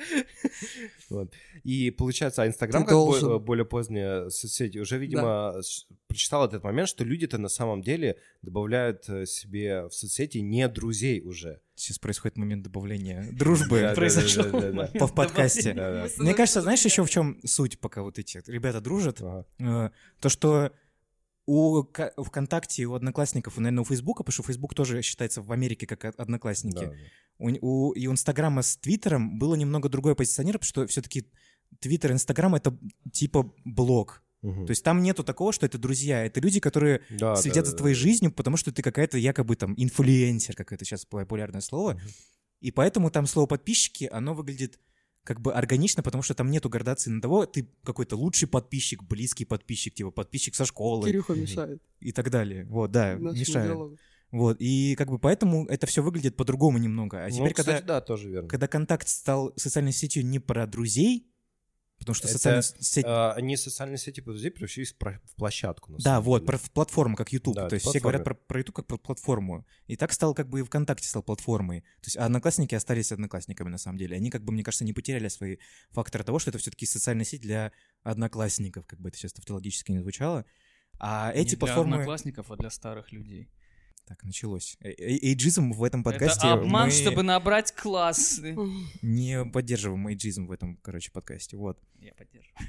Вот. И получается, а Инстаграм, Ты как должен. бо- более поздняя соцсеть, уже, видимо, с- прочитал этот момент, что люди-то на самом деле добавляют э, себе в соцсети не друзей уже. Сейчас происходит момент добавления дружбы Да, да, Произошел да, да, да. момент по- в подкасте. Да, да. Мне кажется, знаешь, еще в чем суть, пока вот эти ребята дружат? Ага. Э, То, что у Ка- у ВКонтакте, у Одноклассников и, наверное, у Фейсбука, потому что Фейсбук тоже считается в Америке как о- Одноклассники. Да, да. У, у- и у Инстаграма с Твиттером было немного другое позиционирование, потому что все-таки Твиттер и Инстаграм — это типа блог. Мгм. То есть там нету такого, что это друзья, это люди, которые Да, следят да, за да, твоей да. жизнью, потому что ты какая-то якобы там инфлюенсер, как это сейчас популярное слово. Мгм. И поэтому там слово «подписчики», оно выглядит как бы органично, потому что там нету градации на того, ты какой-то лучший подписчик, близкий подписчик, типа подписчик со школы Кирюха мешает и так далее. Вот, да, нашему мешает. диалогу. Вот, и как бы поэтому это все выглядит по-другому немного. А Ну, теперь, кстати, когда, да, тоже верно. когда контакт стал социальной сетью не про друзей, потому что Это, социальная сеть... А, они социальные сети по друзей превратились в про- в площадку. на Да, самом вот, деле. про в платформу, как YouTube. Да, То это есть все говорят про, платформа. про YouTube как про платформу. И так стал как бы и ВКонтакте стал платформой. То есть а Одноклассники остались Одноклассниками на самом деле. Они как бы, мне кажется, не потеряли свои факторы того, что это все-таки социальная сеть для одноклассников, как бы это сейчас тавтологически не звучало. А эти Не для платформы... одноклассников, а для старых людей. Так, началось. Э- э- Эйджизм в этом подкасте... Это обман, мы чтобы набрать класс. не поддерживаем эйджизм в этом, короче, подкасте. Вот. Я поддерживаю.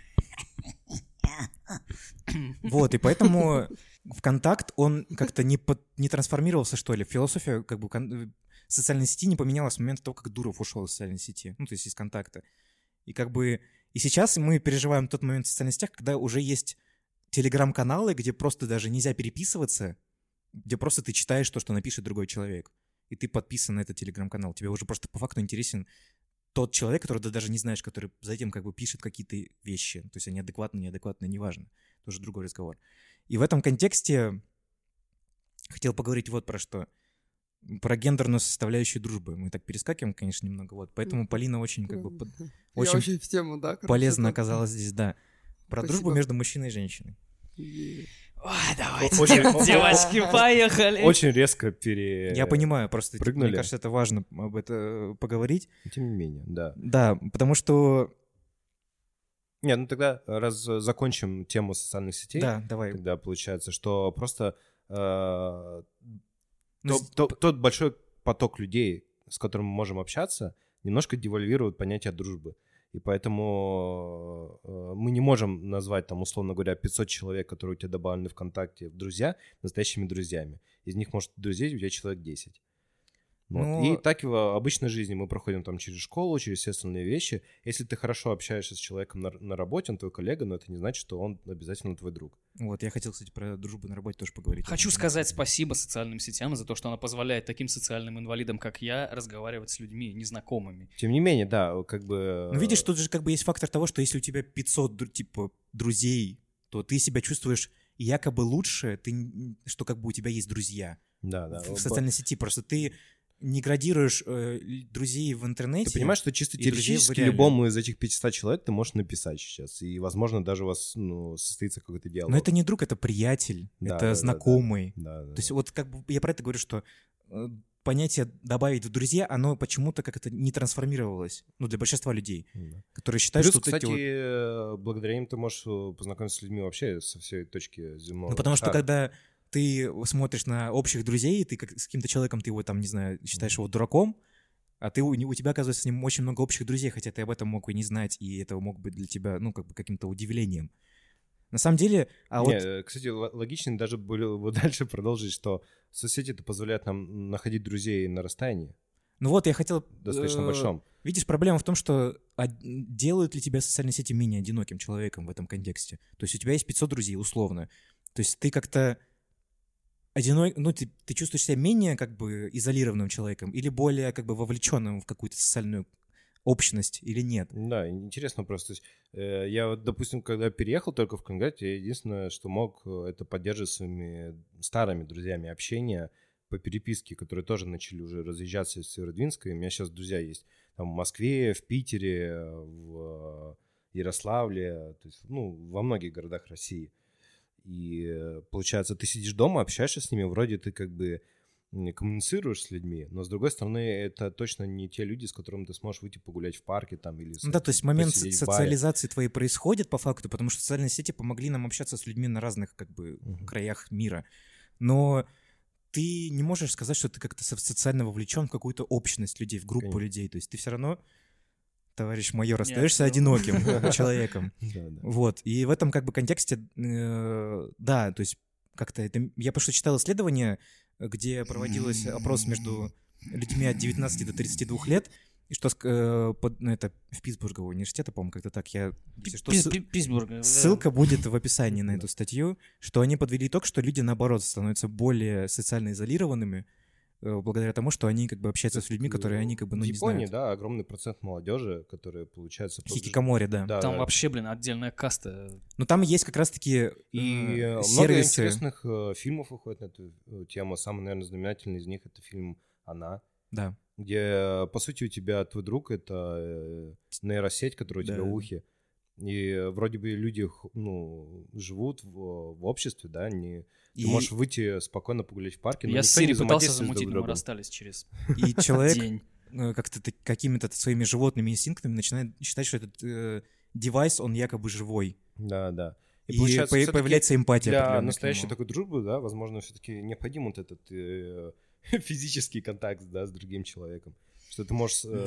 Вот, и поэтому ВКонтакт, он как-то не, под- не трансформировался, что ли. Философия как бы кон- социальной сети не поменялась с момента того, как Дуров ушел из социальной сети, ну, то есть из контакта. И как бы... И сейчас мы переживаем тот момент в социальных сетях, когда уже есть телеграм-каналы, где просто даже нельзя переписываться, где просто ты читаешь то, что напишет другой человек. И ты подписан на этот телеграм-канал. Тебе уже просто по факту интересен тот человек, которого ты даже не знаешь, который за этим как бы пишет какие-то вещи. То есть они адекватные, неадекватные, неважно. Тоже другой разговор. И в этом контексте хотел поговорить вот про что. Про гендерную составляющую дружбы. Мы так перескакиваем, конечно, немного. Вот. Поэтому Полина очень как бы под- Я очень очень в тему, да? короче, полезно это- оказалась здесь, да. Про Спасибо. дружбу между мужчиной и женщиной. И- Ой, давайте, Очень- дев- девочки, поехали. Очень резко пере... Я понимаю, просто прыгнули. мне кажется, это важно об этом поговорить. Тем не менее, да. Да, потому что... Не, ну тогда раз закончим тему социальных сетей, Да, давай. тогда получается, что просто э, Ну, то- то- тот большой поток людей, с которым мы можем общаться, немножко девальвирует понятие дружбы. И поэтому э, мы не можем назвать, там, условно говоря, пятьсот человек, которые у тебя добавлены ВКонтакте в друзья, настоящими друзьями. Из них, может, друзей у тебя человек десять. Вот. Ну- И так и в обычной жизни мы проходим там через школу, через все остальные вещи. Если ты хорошо общаешься с человеком на, на работе, он твой коллега, но это не значит, что он обязательно твой друг. Вот, я хотел, кстати, про дружбу на работе тоже поговорить. Хочу сказать спасибо социальным сетям за то, что она позволяет таким социальным инвалидам, как я, разговаривать с людьми незнакомыми. Тем не менее, да, как бы... Ну, видишь, тут же как бы есть фактор того, что если у тебя пятьсот, дру- типа, друзей, то ты себя чувствуешь якобы лучше, ты, н- что как бы у тебя есть друзья Да, да. в социальной сети. Просто ты не градируешь э, л- друзей в интернете. Ты понимаешь, что чисто и друзей в теоретически реале. любому из этих пятисот человек ты можешь написать сейчас. И, возможно, даже у вас ну, состоится какой-то диалог. Но это не друг, это приятель, Да, это да, да, знакомый. Да, да, То есть да. вот как бы я про это говорю, что э, понятие добавить в друзья, оно почему-то как-то не трансформировалось. Ну, для большинства людей, Да. которые считают, Плюс, что вот кстати, эти вот... э, благодаря им ты можешь э, познакомиться с людьми вообще со всей точки земного Ну, потому что шара. когда ты смотришь на общих друзей, ты как с каким-то человеком, ты его там, не знаю, считаешь его дураком, а ты, у, у тебя, оказывается, с ним очень много общих друзей, хотя ты об этом мог и не знать, и это мог быть для тебя, ну, как бы каким-то удивлением. На самом деле, а Не, вот... э, кстати, л- логично даже было бы дальше продолжить, что соцсети это позволяет нам находить друзей на расстоянии, Ну вот, я хотел... достаточно э, большом. Видишь, проблема в том, что од- делают ли тебя социальные сети менее одиноким человеком в этом контексте. То есть у тебя есть пятьсот друзей, условно. То есть ты как-то одинок... Ну, ты, ты чувствуешь себя менее как бы изолированным человеком или более как бы вовлеченным в какую-то социальную общность или нет? Да, интересно просто. То есть, э, я вот, допустим, когда переехал только в Калининград, я единственное, что мог, э, это поддерживать своими старыми друзьями общение по переписке, которые тоже начали уже разъезжаться из Северодвинска. И у меня сейчас друзья есть там в Москве, в Питере, в Ярославле, то есть, ну, во многих городах России. И э, получается, ты сидишь дома, общаешься с ними, вроде ты как бы коммуницируешь с людьми, но, с другой стороны, это точно не те люди, с которыми ты сможешь выйти погулять в парке там или... Ну да, то есть момент посидеть в социализации твоей происходит по факту, потому что социальные сети помогли нам общаться с людьми на разных как бы Мгм. краях мира. Но ты не можешь сказать, что ты как-то со- социально вовлечен в какую-то общность людей, в группу Конечно. людей. То есть ты все равно, товарищ майор, Нет, остаешься ну- одиноким человеком. Да, да. Вот. И в этом как бы контексте, э, да, то есть как-то это... Я просто читал исследование, где проводилось опрос между людьми от девятнадцати до тридцати двух лет, и что ск- э, под, ну, это в Питтсбургового университета, по-моему, как-то так. Я, если что, Пис- ссыл- Пи- Питтсбург. да. ссылка будет в описании на эту статью, что они подвели итог, что люди, наоборот, становятся более социально изолированными, э, благодаря тому, что они как бы общаются с людьми, которые они как бы, ну, в не Японии, знают. да, огромный процент молодежи, которые, получается... просто- Хикикамори, да. Да, Там да. вообще, блин, отдельная каста. Но там есть как раз-таки И э, э, много сервисы. интересных э, фильмов выходит на эту э, тему. Самый, наверное, знаменательный из них — это фильм «Она», Да. где, э, по сути, у тебя твой друг — это э, нейросеть, которая у тебя Да. в ухе. И э, вроде бы люди, х- ну, живут в, в обществе, да, не... Ты И, можешь выйти спокойно погулять в парке, но Я с никто не Сири пытался взаимодействует друг замутить, с но мы другом. расстались через и человек день. э, как-то так- какими-то своими животными инстинктами начинает считать, что этот э, девайс, он якобы живой. Да, да. И, получается, по- всё-таки появляется эмпатия для определенная к настоящей нему. такой дружбы, да, возможно, все-таки необходим вот этот э, физический контакт, да, с другим человеком. Что ты можешь... э,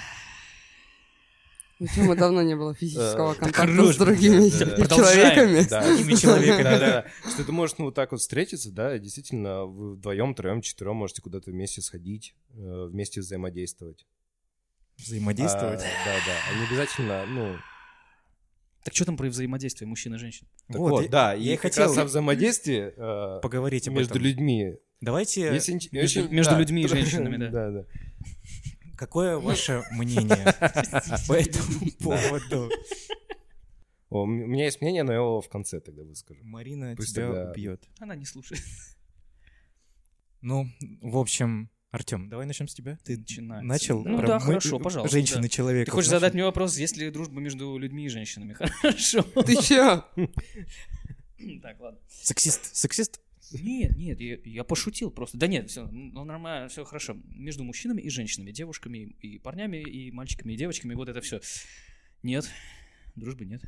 У Тёмы давно не было физического Э, контакта хорош, с другими да, да, да. Продолжаем. человеками. Да, Другими человеками, да, да. да. Что ты можешь, ну, вот так вот встретиться, да, и действительно, вы вдвоем, троем, четвером можете куда-то вместе сходить, э, вместе взаимодействовать. Взаимодействовать. А, да, да. А не обязательно, ну... Так что там про взаимодействие мужчин и женщин? Так Вот, вот, я- да, я и и как хотел раз о взаимодействии э, поговорить об между этом. людьми. Давайте, Есть инч- между- очень- между да, людьми и тр- женщинами, да. Да, да. какое ваше мнение по этому поводу? О, у меня есть мнение, но я его в конце тогда выскажу. Марина Пусть тебя тогда- убьет. Она не слушает. Ну, в общем, Артем, давай начнем с тебя. Ты Начинается. начал? Ну про да, мы- хорошо, пожалуйста, Женщины, да. человек. Ты хочешь задать мне вопрос, есть ли дружба между людьми и женщинами? Хорошо. Ты чё? Так, ладно. Сексист. Сексист? Нет, нет, я, я пошутил просто. Да нет, все, ну, нормально, все хорошо. Между мужчинами и женщинами, девушками и парнями, и мальчиками, и девочками, вот это все. Нет, дружбы нет.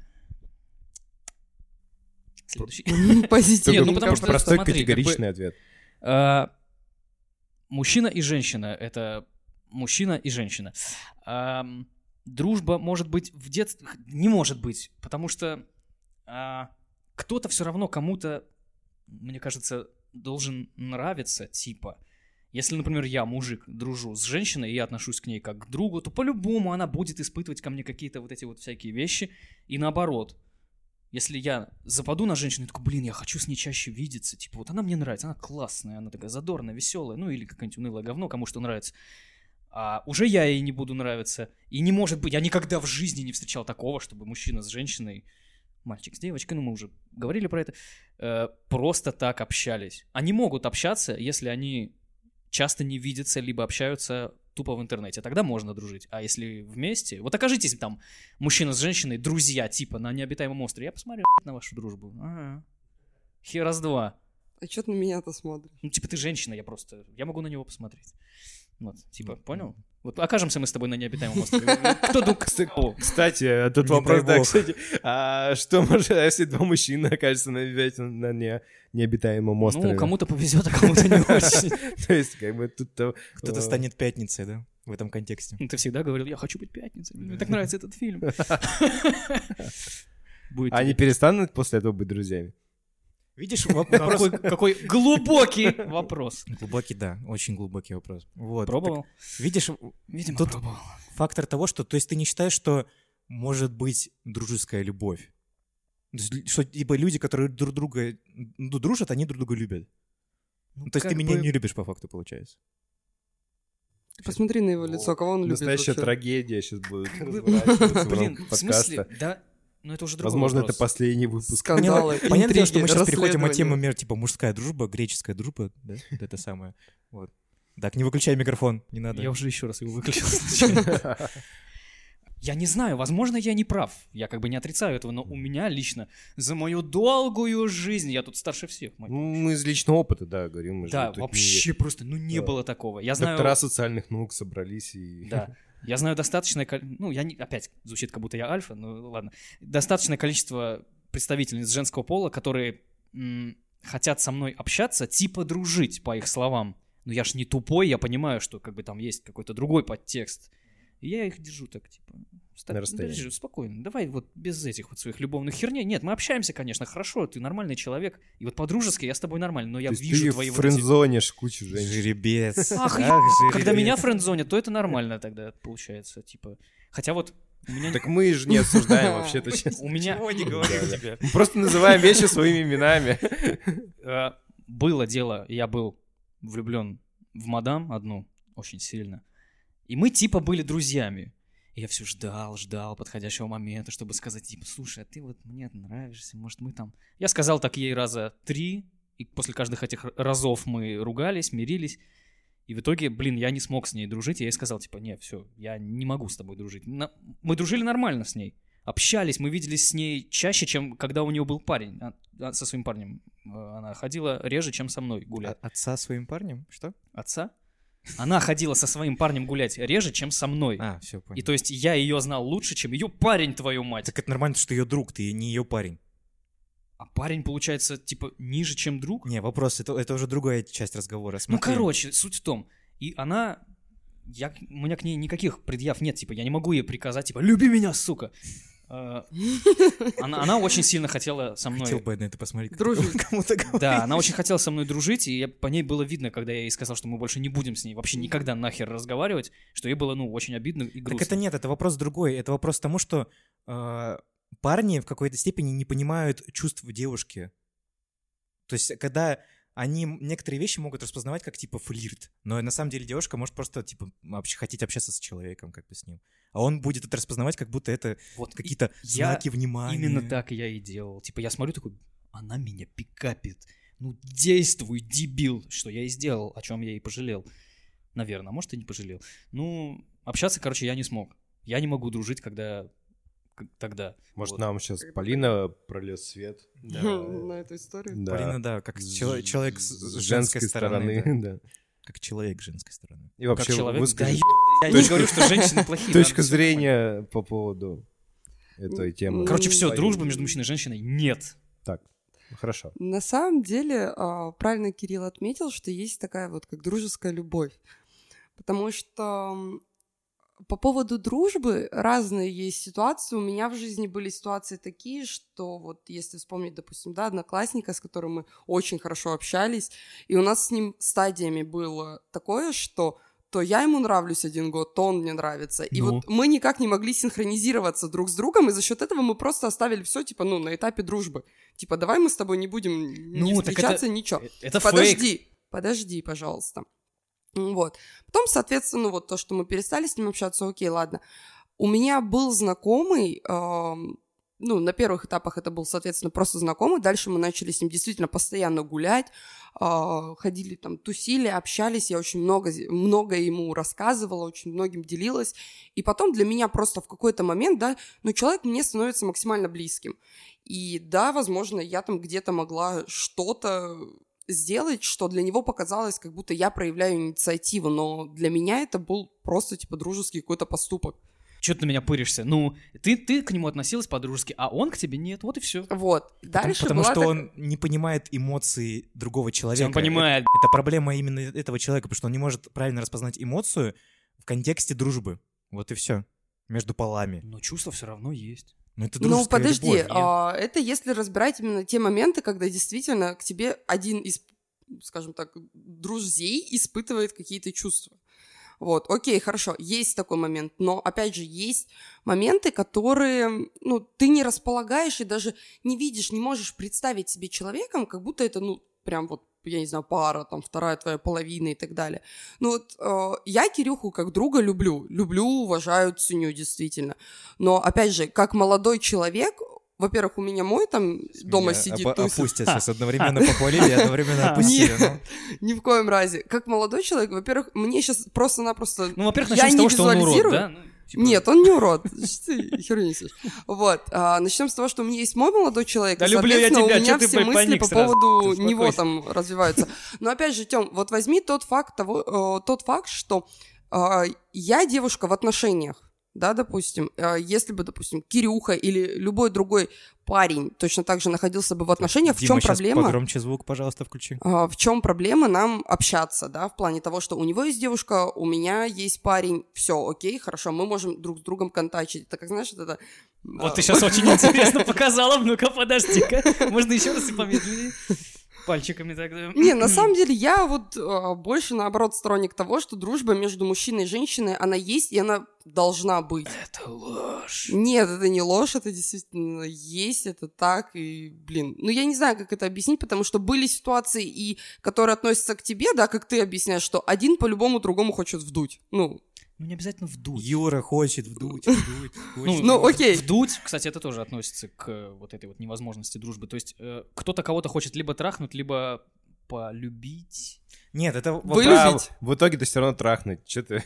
Следующий. Позитивно. Нет, ну потому что Простой смотри, как бы- категоричный ответ. А, Мужчина и женщина — это мужчина и женщина. Ам, Дружба может быть в детстве... Не может быть, потому что а, кто-то все равно кому-то, мне кажется, должен нравиться, типа. Если, например, я, мужик, дружу с женщиной, и я отношусь к ней как к другу, то по-любому она будет испытывать ко мне какие-то вот эти вот всякие вещи. И наоборот. Если я западу на женщину и такой, блин, я хочу с ней чаще видеться, типа, вот она мне нравится, она классная, она такая задорная, веселая, ну или какое-нибудь унылое говно, кому что нравится. А уже я ей не буду нравиться. И не может быть, я никогда в жизни не встречал такого, чтобы мужчина с женщиной, мальчик с девочкой, ну мы уже говорили про это, э, просто так общались. Они могут общаться, если они часто не видятся, либо общаются тупо в интернете. Тогда можно дружить. А если вместе... Вот окажитесь там мужчина с женщиной, друзья, типа, на необитаемом острове. Я посмотрю на вашу дружбу. Ага. Херас два. А чё ты на меня-то смотришь? Ну, типа, ты женщина, я просто... Я могу на него посмотреть. Вот, типа, понял? Вот окажемся мы с тобой на необитаемом острове. Кто думает? Кстати, этот Не вопрос, дай да, бог. кстати, а что может, если два мужчины окажутся на, на не, необитаемом острове? Ну, кому-то повезет, а кому-то не очень. То есть, как бы тут... Кто-то станет пятницей, да, в этом контексте. Ну, ты всегда говорил, я хочу быть пятницей. Мне так нравится этот фильм. Будет Они тебе. перестанут после этого быть друзьями? Видишь, воп- вопрос... Какой, какой глубокий вопрос. Глубокий, да, очень глубокий вопрос. Вот. Пробовал? Так, видишь, Видимо, Тут- пробовал. фактор того, что, то есть ты не считаешь, что может быть дружеская любовь? То есть, что, типа, люди, которые друг друга ну, дружат, они друг друга любят. Ну, то есть ты как меня бы- не любишь, по факту, получается. Посмотри на его лицо, кого он любит Настоящая вообще. трагедия сейчас будет Как бы, разворачиваться в Блин, рамках в смысле? подкаста. Да, ну это уже другой Возможно, это вопрос. последний выпуск. Скандалы, Понятно, дело, что мы интриги, сейчас переходим от темы, расследования. например, типа мужская дружба, греческая дружба, да, вот это самое. Вот. Так, не выключай микрофон, не надо. Я уже еще раз его выключил сначала. Я не знаю, возможно, я не прав. Я как бы не отрицаю этого, но у меня лично за мою долгую жизнь, я тут старше всех. Мать. Мы из личного опыта, да, говорим. Мы да, же вообще не... просто, ну не да. было такого. Я знаю... Доктора социальных наук собрались и... Да, я знаю достаточное количество... Ну, я не... опять звучит, как будто я альфа, ну ладно. Достаточное количество представительниц женского пола, которые м- хотят со мной общаться, типа дружить, по их словам. Но я ж не тупой, я понимаю, что как бы там есть какой-то другой подтекст. И я их держу так, типа, ста- держу, спокойно, давай вот без этих вот своих любовных херней. Нет, мы общаемся, конечно, хорошо, ты нормальный человек, и вот по-дружески я с тобой нормальный, но я то вижу ты твои вот эти... френдзонишь кучу женщин. Жеребец. Ах, Ах жеребец. Когда меня френдзонят, то это нормально тогда получается, типа. Хотя вот у меня... Так мы же не осуждаем вообще-то сейчас. У меня... Чего не говорю тебе? Мы просто называем вещи своими именами. Было дело, я был влюблен в мадам одну очень сильно. И мы типа были друзьями. И я все ждал, ждал подходящего момента, чтобы сказать, типа, слушай, а ты вот мне нравишься, может, мы там... Я сказал так ей раза три, и после каждых этих разов мы ругались, мирились. И в итоге, блин, я не смог с ней дружить. И я ей сказал, типа, не, все, я не могу с тобой дружить. Мы дружили нормально с ней. Общались, мы виделись с ней чаще, чем когда у нее был парень. А, со своим парнем она ходила реже, чем со мной гулять. А, отца своим парнем? Что? Отца? Она ходила со своим парнем гулять реже, чем со мной. А, все, понял. И то есть я ее знал лучше, чем ее парень, твою мать. Так это нормально, что ее друг, ты не ее парень. А парень, получается, типа, ниже, чем друг? Не, вопрос, это, это уже другая часть разговора. Смотри. Ну, короче, суть в том. И она... Я, у меня к ней никаких предъяв нет, типа, я не могу ей приказать, типа, люби меня, сука. Она, она очень сильно хотела со мной... Хотел бы на это посмотреть. Дружить. Кому-то говорить. Да, она очень хотела со мной дружить, и я, по ней было видно, когда я ей сказал, что мы больше не будем с ней вообще никогда нахер разговаривать, что ей было, ну, очень обидно и грустно. Так это нет, это вопрос другой. Это вопрос к тому, что э, парни в какой-то степени не понимают чувств девушки. То есть, когда... Они некоторые вещи могут распознавать как, типа, флирт. Но на самом деле девушка может просто, типа, вообще хотеть общаться с человеком, как бы с ним. А он будет это распознавать, как будто это вот какие-то знаки внимания. Именно так я и делал. Типа, я смотрю такой, она меня пикапит. Ну, действуй, дебил, что я и сделал, о чем я и пожалел. Наверное, а может, и не пожалел. Ну, общаться, короче, я не смог. Я не могу дружить, когда... Тогда. Может, вот. нам сейчас Полина прольет свет на эту историю? Да. Полина, да, как С- человек с с женской стороны. да. да. Как человек с женской стороны. И вообще, Как человек, выскажи да, я не говорю, что женщины плохие. точку надо всё понимать. зрения по поводу этой темы. Короче, все, Полина. дружба между мужчиной и женщиной нет. Так, хорошо. На самом деле, а, правильно Кирилл отметил, что есть такая вот как дружеская любовь. Потому что м, по поводу дружбы разные есть ситуации. У меня в жизни были ситуации такие, что вот если вспомнить, допустим, да, одноклассника, с которым мы очень хорошо общались, и у нас с ним стадиями было такое, что то я ему нравлюсь один год, то он мне нравится. И Ну. вот мы никак не могли синхронизироваться друг с другом, и за счет этого мы просто оставили все, типа, ну, на этапе дружбы. Типа, давай мы с тобой не будем не Ну, так встречаться, это- ничего. Это Подожди, фейк. подожди, пожалуйста. Вот. Потом, соответственно, вот то, что мы перестали с ним общаться, окей, ладно. У меня был знакомый, эм, ну, на первых этапах это был, соответственно, просто знакомый. Дальше мы начали с ним действительно постоянно гулять, э, ходили там, тусили, общались. Я очень много, много ему рассказывала, очень многим делилась. И потом для меня просто в какой-то момент, да, ну, человек мне становится максимально близким. И да, возможно, я там где-то могла что-то сделать, что для него показалось, как будто я проявляю инициативу, но для меня это был просто, типа, дружеский какой-то поступок. Чё ты на меня пыришься? Ну, ты, ты к нему относилась по-дружески, а он к тебе нет. Вот и все. Вот. Потому, Дальше потому была что так- он не понимает эмоции другого человека. Он понимает. Это, это проблема именно этого человека, потому что он не может правильно распознать эмоцию в контексте дружбы. Вот и все. Между полами. Но чувства все равно есть. Ну, это Ну, дружеская подожди, любовь. а, это если разбирать именно те моменты, когда действительно к тебе один из, скажем так, друзей испытывает какие-то чувства. Вот, окей, хорошо, есть такой момент, но, опять же, есть моменты, которые, ну, ты не располагаешь и даже не видишь, не можешь представить себе человеком, как будто это, ну, прям вот, я не знаю, пара, там, вторая твоя половина и так далее. Ну вот э, я Кирюху как друга люблю, люблю, уважаю, ценю действительно. Но, опять же, как молодой человек, во-первых, у меня мой там дома Меня сидит... оп- тусит. опустят сейчас, одновременно похвалили и одновременно опустили. ну. Ни в коем разе. Как молодой человек, во-первых, мне сейчас просто-напросто... Ну, во-первых, я начнем с не того, что он урод, визуализирую. да? Ну, Типа... Нет, он не урод. Ты херню несешь. Вот. А, начнем с того, что у меня есть мой молодой человек. Да и, люблю я тебя, у меня чё ты, все блядь, мысли паник по сразу? поводу Ты него успокойся. там развиваются. Но опять же, Тём, вот возьми тот факт, того, э, тот факт, что э, я девушка в отношениях. Да, допустим, э, если бы, допустим, Кирюха или любой другой парень точно так же находился бы в отношениях, Дима, в чем щас проблема? погромче звук, пожалуйста, включи. А, в чем проблема нам общаться, да, в плане того, что у него есть девушка, у меня есть парень, все, окей, хорошо, мы можем друг с другом контачить. Это как, знаешь, это... Вот ты сейчас очень интересно показала, ну-ка, подожди-ка. Можно еще раз и помедленнее? Пальчиками тогда. Не, на самом деле я вот э, больше, наоборот, сторонник того, что дружба между мужчиной и женщиной, она есть, и она должна быть. Это ложь. Нет, это не ложь, это действительно есть, это так, и, блин, ну я не знаю, как это объяснить, потому что были ситуации, и, которые относятся к тебе, да, как ты объясняешь, что один по-любому другому хочет вдуть, ну... Ну, не обязательно вдуть. Юра хочет вдуть, вдуть, Ну, хочет. Ну, окей. Вдуть, кстати, это тоже относится к э, вот этой вот невозможности дружбы. То есть э, кто-то кого-то хочет либо трахнуть, либо полюбить. Нет, это... Вылюбить. А, в итоге ты все равно трахнуть. Че ты?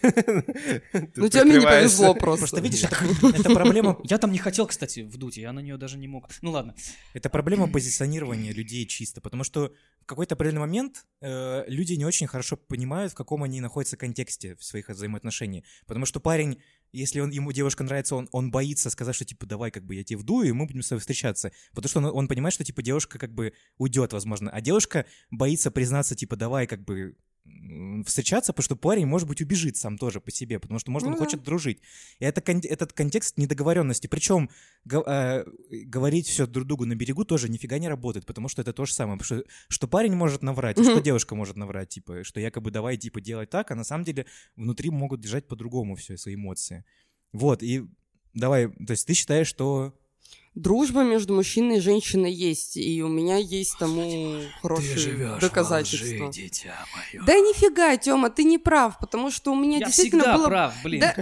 Ну, тебе не повезло просто. Просто видишь, это, это проблема... Я там не хотел, кстати, вдуть, я на нее даже не мог. Ну ладно. Это проблема позиционирования людей чисто, потому что в какой-то определенный момент э, люди не очень хорошо понимают, в каком они находятся контексте в своих взаимоотношениях. Потому что парень, если он, ему девушка нравится, он, он боится сказать, что типа давай как бы я тебе вдую, и мы будем с тобой встречаться. Потому что он, он понимает, что типа девушка как бы уйдет, возможно. А девушка боится признаться, типа давай как бы встречаться, потому что парень, может быть, убежит сам тоже по себе, потому что, может, он Ну да. хочет дружить. И это, кон- этот контекст недоговоренности. Причем го- э, говорить все друг другу на берегу тоже нифига не работает, потому что это то же самое. Потому что, что парень может наврать, и что девушка может наврать, типа, что якобы давай, типа, делать так, а на самом деле внутри могут держать по-другому все свои эмоции. Вот, и давай, то есть ты считаешь, что... Дружба между мужчиной и женщиной есть, и у меня есть тому хорошие доказательства. дитя мое. Да нифига, Тёма, ты не прав, потому что у меня Я действительно всегда было... прав, блин. Да,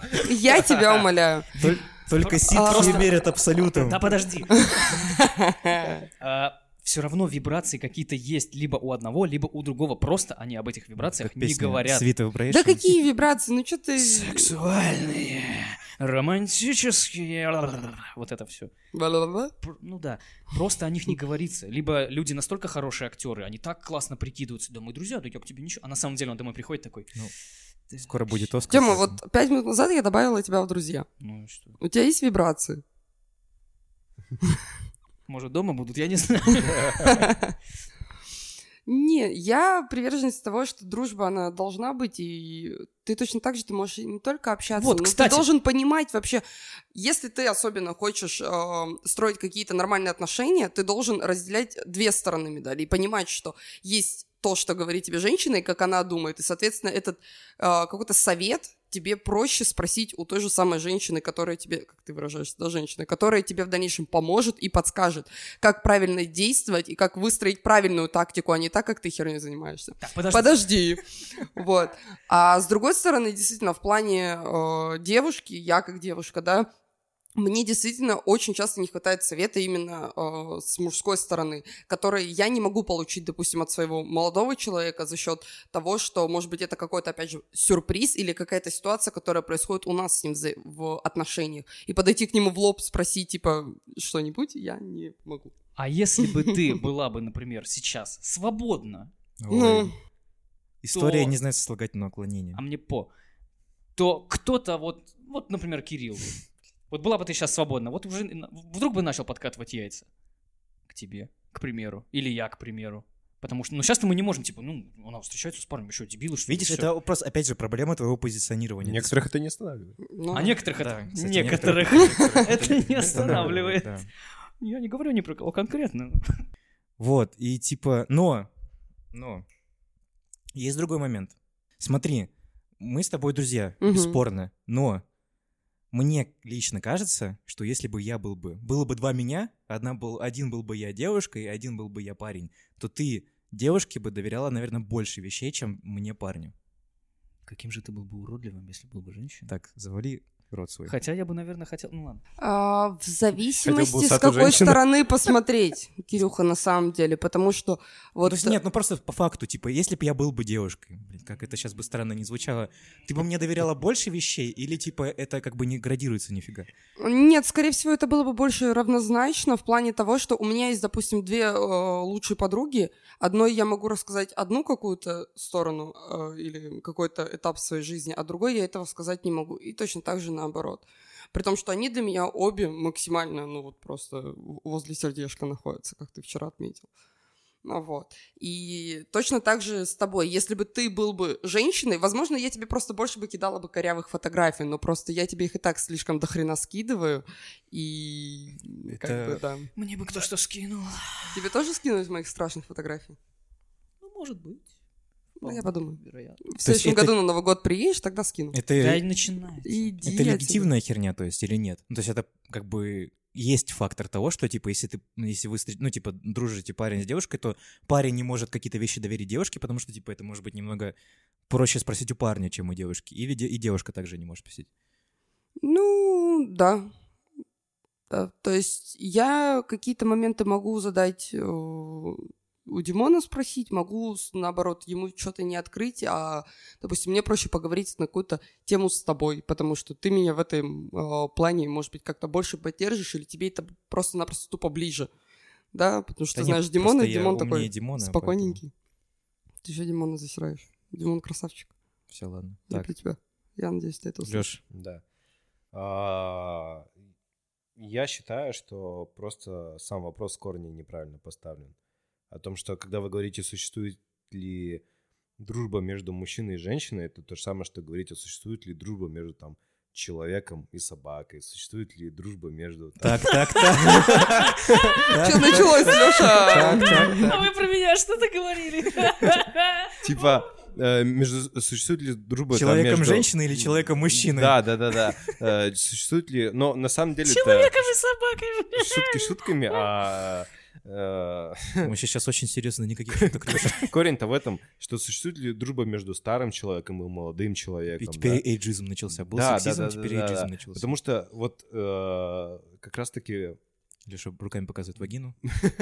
я тебя умоляю. Только ситхи Просто- верят абсолютам. Да подожди. Все равно вибрации какие-то есть либо у одного, либо у другого. Просто они об этих вибрациях Как не песня говорят. Sweet Vibration. Да какие вибрации, ну что ты... Сексуальные, романтические, вот это все. Ба-ба-ба. Ну да, просто о них не говорится. Либо люди настолько хорошие актеры, они так классно прикидываются, да мы друзья, да я к тебе ничего. А на самом деле он домой приходит такой. Ну, Скоро будет Оскар. Тёма, вот пять минут назад я добавила тебя в друзья. Ну и что? У тебя есть вибрации? Может, дома будут, я не знаю. Не, я приверженец того, что дружба, она должна быть, и ты точно так же, ты можешь не только общаться, Вот, но кстати. ты должен понимать вообще, если ты особенно хочешь э, строить какие-то нормальные отношения, ты должен разделять две стороны медали и понимать, что есть то, что говорит тебе женщина, и как она думает, и, соответственно, этот э, какой-то совет тебе проще спросить у той же самой женщины, которая тебе, как ты выражаешься, да, женщина, которая тебе в дальнейшем поможет и подскажет, как правильно действовать и как выстроить правильную тактику, а не так, как ты херней занимаешься. Так, подожди. Подожди. Вот. А с другой стороны, действительно, в плане э, девушки, я как девушка, да, мне действительно очень часто не хватает совета именно э, с мужской стороны, который я не могу получить, допустим, от своего молодого человека за счет того, что, может быть, это какой-то, опять же, сюрприз или какая-то ситуация, которая происходит у нас с ним вза- в отношениях. И подойти к нему в лоб, спросить, типа, что-нибудь, я не могу. А если бы ты была бы, например, сейчас свободна, Ой. Ну, История то- не знает сослагательного отклонения. а мне по, то кто-то вот, вот, например, Кирилл, вот была бы ты сейчас свободна, вот уже на- вдруг бы начал подкатывать яйца к тебе, к примеру, или я, к примеру. Потому что, ну, сейчас-то мы не можем, типа, ну, она встречается с парнем, еще дебилы, что ли, Видишь, всё. это просто, опять же, проблема твоего позиционирования. Некоторых это не останавливает. ну, А некоторых Да, это... кстати, Некоторых некоторых это не останавливает. Да. Я не говорю ни про кого конкретно. Вот, и типа, но, но, есть другой момент. Смотри, мы с тобой друзья, Мгм. бесспорно, но мне лично кажется, что если бы я был бы, было бы два меня, одна был, один был бы я девушка и один был бы я парень, то ты девушке бы доверяла, наверное, больше вещей, чем мне парню. Каким же ты был бы уродливым, если был бы женщина? Так, завали рот свой. Хотя я бы, наверное, хотел... Ну ладно. А, в зависимости, был с сату какой женщины. стороны посмотреть, Кирюха, на самом деле, потому что Ну, вот... то есть нет, ну просто по факту, типа, если бы я был бы девушкой, блин, как это сейчас бы странно не звучало, ты бы мне доверяла больше вещей или, типа, это как бы не градируется нифига? Нет, скорее всего, это было бы больше равнозначно в плане того, что у меня есть, допустим, две э, лучшие подруги. Одной я могу рассказать одну какую-то сторону э, или какой-то этап своей жизни, а другой я этого сказать не могу. И точно так же наоборот. При том, что они для меня обе максимально, ну вот просто возле сердечка находятся, как ты вчера отметил. Ну вот. И точно так же с тобой. Если бы ты был бы женщиной, возможно, я тебе просто больше бы кидала бы корявых фотографий, но просто я тебе их и так слишком до хрена скидываю, и как Это- бы, да. Мне бы кто что скинул. Тебе тоже скинуть моих страшных фотографий? Ну, может быть. Ну, я подумаю. Вероятно. В следующем это- году на Новый год приедешь, тогда скину. Это, Да и начинается. Иди это отсюда. легитимная херня, то есть, или нет? Ну, то есть это как бы есть фактор того, что, типа, если ты, ну, если вы, встр- ну, типа, дружите парень с девушкой, то парень не может какие-то вещи доверить девушке, потому что, типа, это может быть немного проще спросить у парня, чем у девушки. Или де- и девушка также не может спросить. Ну, да. Да, то есть я какие-то моменты могу задать э, у Димона спросить, могу, с- наоборот, ему что-то не открыть, а, допустим, мне проще поговорить на какую-то тему с тобой, потому что ты меня в этом э, плане, может быть, как-то больше поддержишь, или тебе это просто-напросто тупо ближе, да, потому что Да ты нет, знаешь Димона, просто и я Димон умнее такой Димона, спокойненький. Ты еще Димона засираешь. Димон красавчик. Все, ладно. Я Так, для тебя. Я надеюсь, ты это услышишь. Лёш, Да. А, Я считаю, что просто сам вопрос в корне неправильно поставлен. О том, что когда вы говорите, существует ли дружба между мужчиной и женщиной, это то же самое, что говорить, а существует ли дружба между там человеком и собакой, существует ли дружба между... там, так, так, так. Что началось, Леша? А вы про меня что-то говорили? Типа, э, между, существует ли дружба там, Человеком между... женщиной или человеком мужчиной? Да, да, да, да. Э, Существует ли... Но на самом деле... Человеком и собакой. Шутки шутками, а... э, Мы сейчас очень серьезно, никаких шуток, Лёша. Корень-то в этом, что существует ли дружба между старым человеком и молодым И человеком. теперь да? эйджизм начался. Был Да, да, сексизм, да, теперь да, эйджизм да. начался. Потому что вот э, как раз-таки... Леша руками показывает вагину.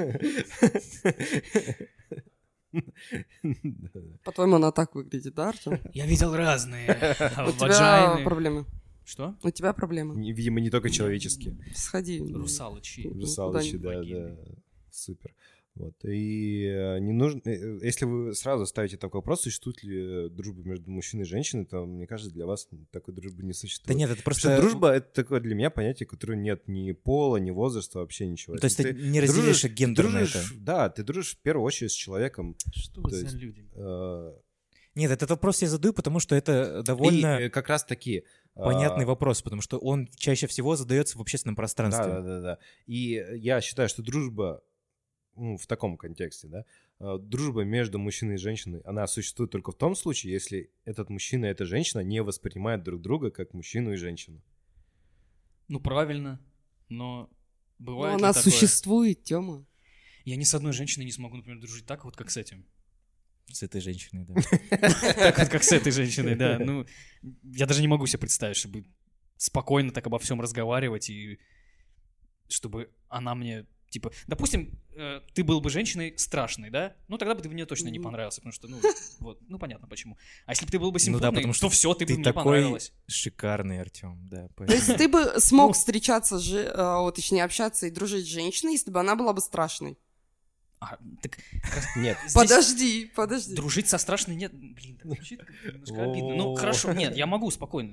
По-твоему, она так выглядит, да, Артем? Я видел разные У тебя ваджайны. проблемы. Что? У тебя проблемы. Не- Видимо, не только человеческие. Сходи. Русалочи. Русалочи, да, Вагины. да. Супер. Вот. И э, не нужно... э, Если вы сразу ставите такой вопрос, существует ли дружба между мужчиной и женщиной, то, мне кажется, для вас такой дружбы не Да существует. нет, это Потому что просто... дружба — это такое для меня понятие, которое нет ни пола, ни возраста, вообще ничего. То есть ты Если не разделяешь дружишь- гендер на дружишь, это. Да, ты дружишь в первую очередь с человеком. Что вы То за есть, люди? э, Нет, этот вопрос я задаю, потому что это довольно И э, как раз таки... понятный а, вопрос, потому что он чаще всего задается в общественном пространстве. Да, да, да, да. И я считаю, что дружба, ну, в таком контексте, да, э, дружба между мужчиной и женщиной, она существует только в том случае, если этот мужчина и эта женщина не воспринимают друг друга как мужчину и женщину. Ну, правильно. Но Ну, бывает ли она такое? существует, Тёма. Я ни с одной женщиной не смогу, например, дружить так вот, как с этим. С этой женщиной, да. Так вот, как с этой женщиной, да. Ну, я даже не могу себе представить, чтобы спокойно так обо всем разговаривать и чтобы она мне, типа, допустим, э, ты был бы женщиной страшной, да? Ну, тогда бы ты мне точно не Мгм. понравился, потому что, ну, вот, ну, понятно почему. А если бы ты был бы Ну да, симпатичный, потому что то все, ты, бы Ты мне такой понравилась. шикарный, Артем, да. То есть ты бы смог встречаться, же, э, вот, точнее, общаться и дружить с женщиной, если бы она была бы страшной. А, так, Нет. здесь Подожди, подожди. дружить со страшной нет. Блин, так звучит как-то немножко обидно. Ну, хорошо, нет, я могу спокойно.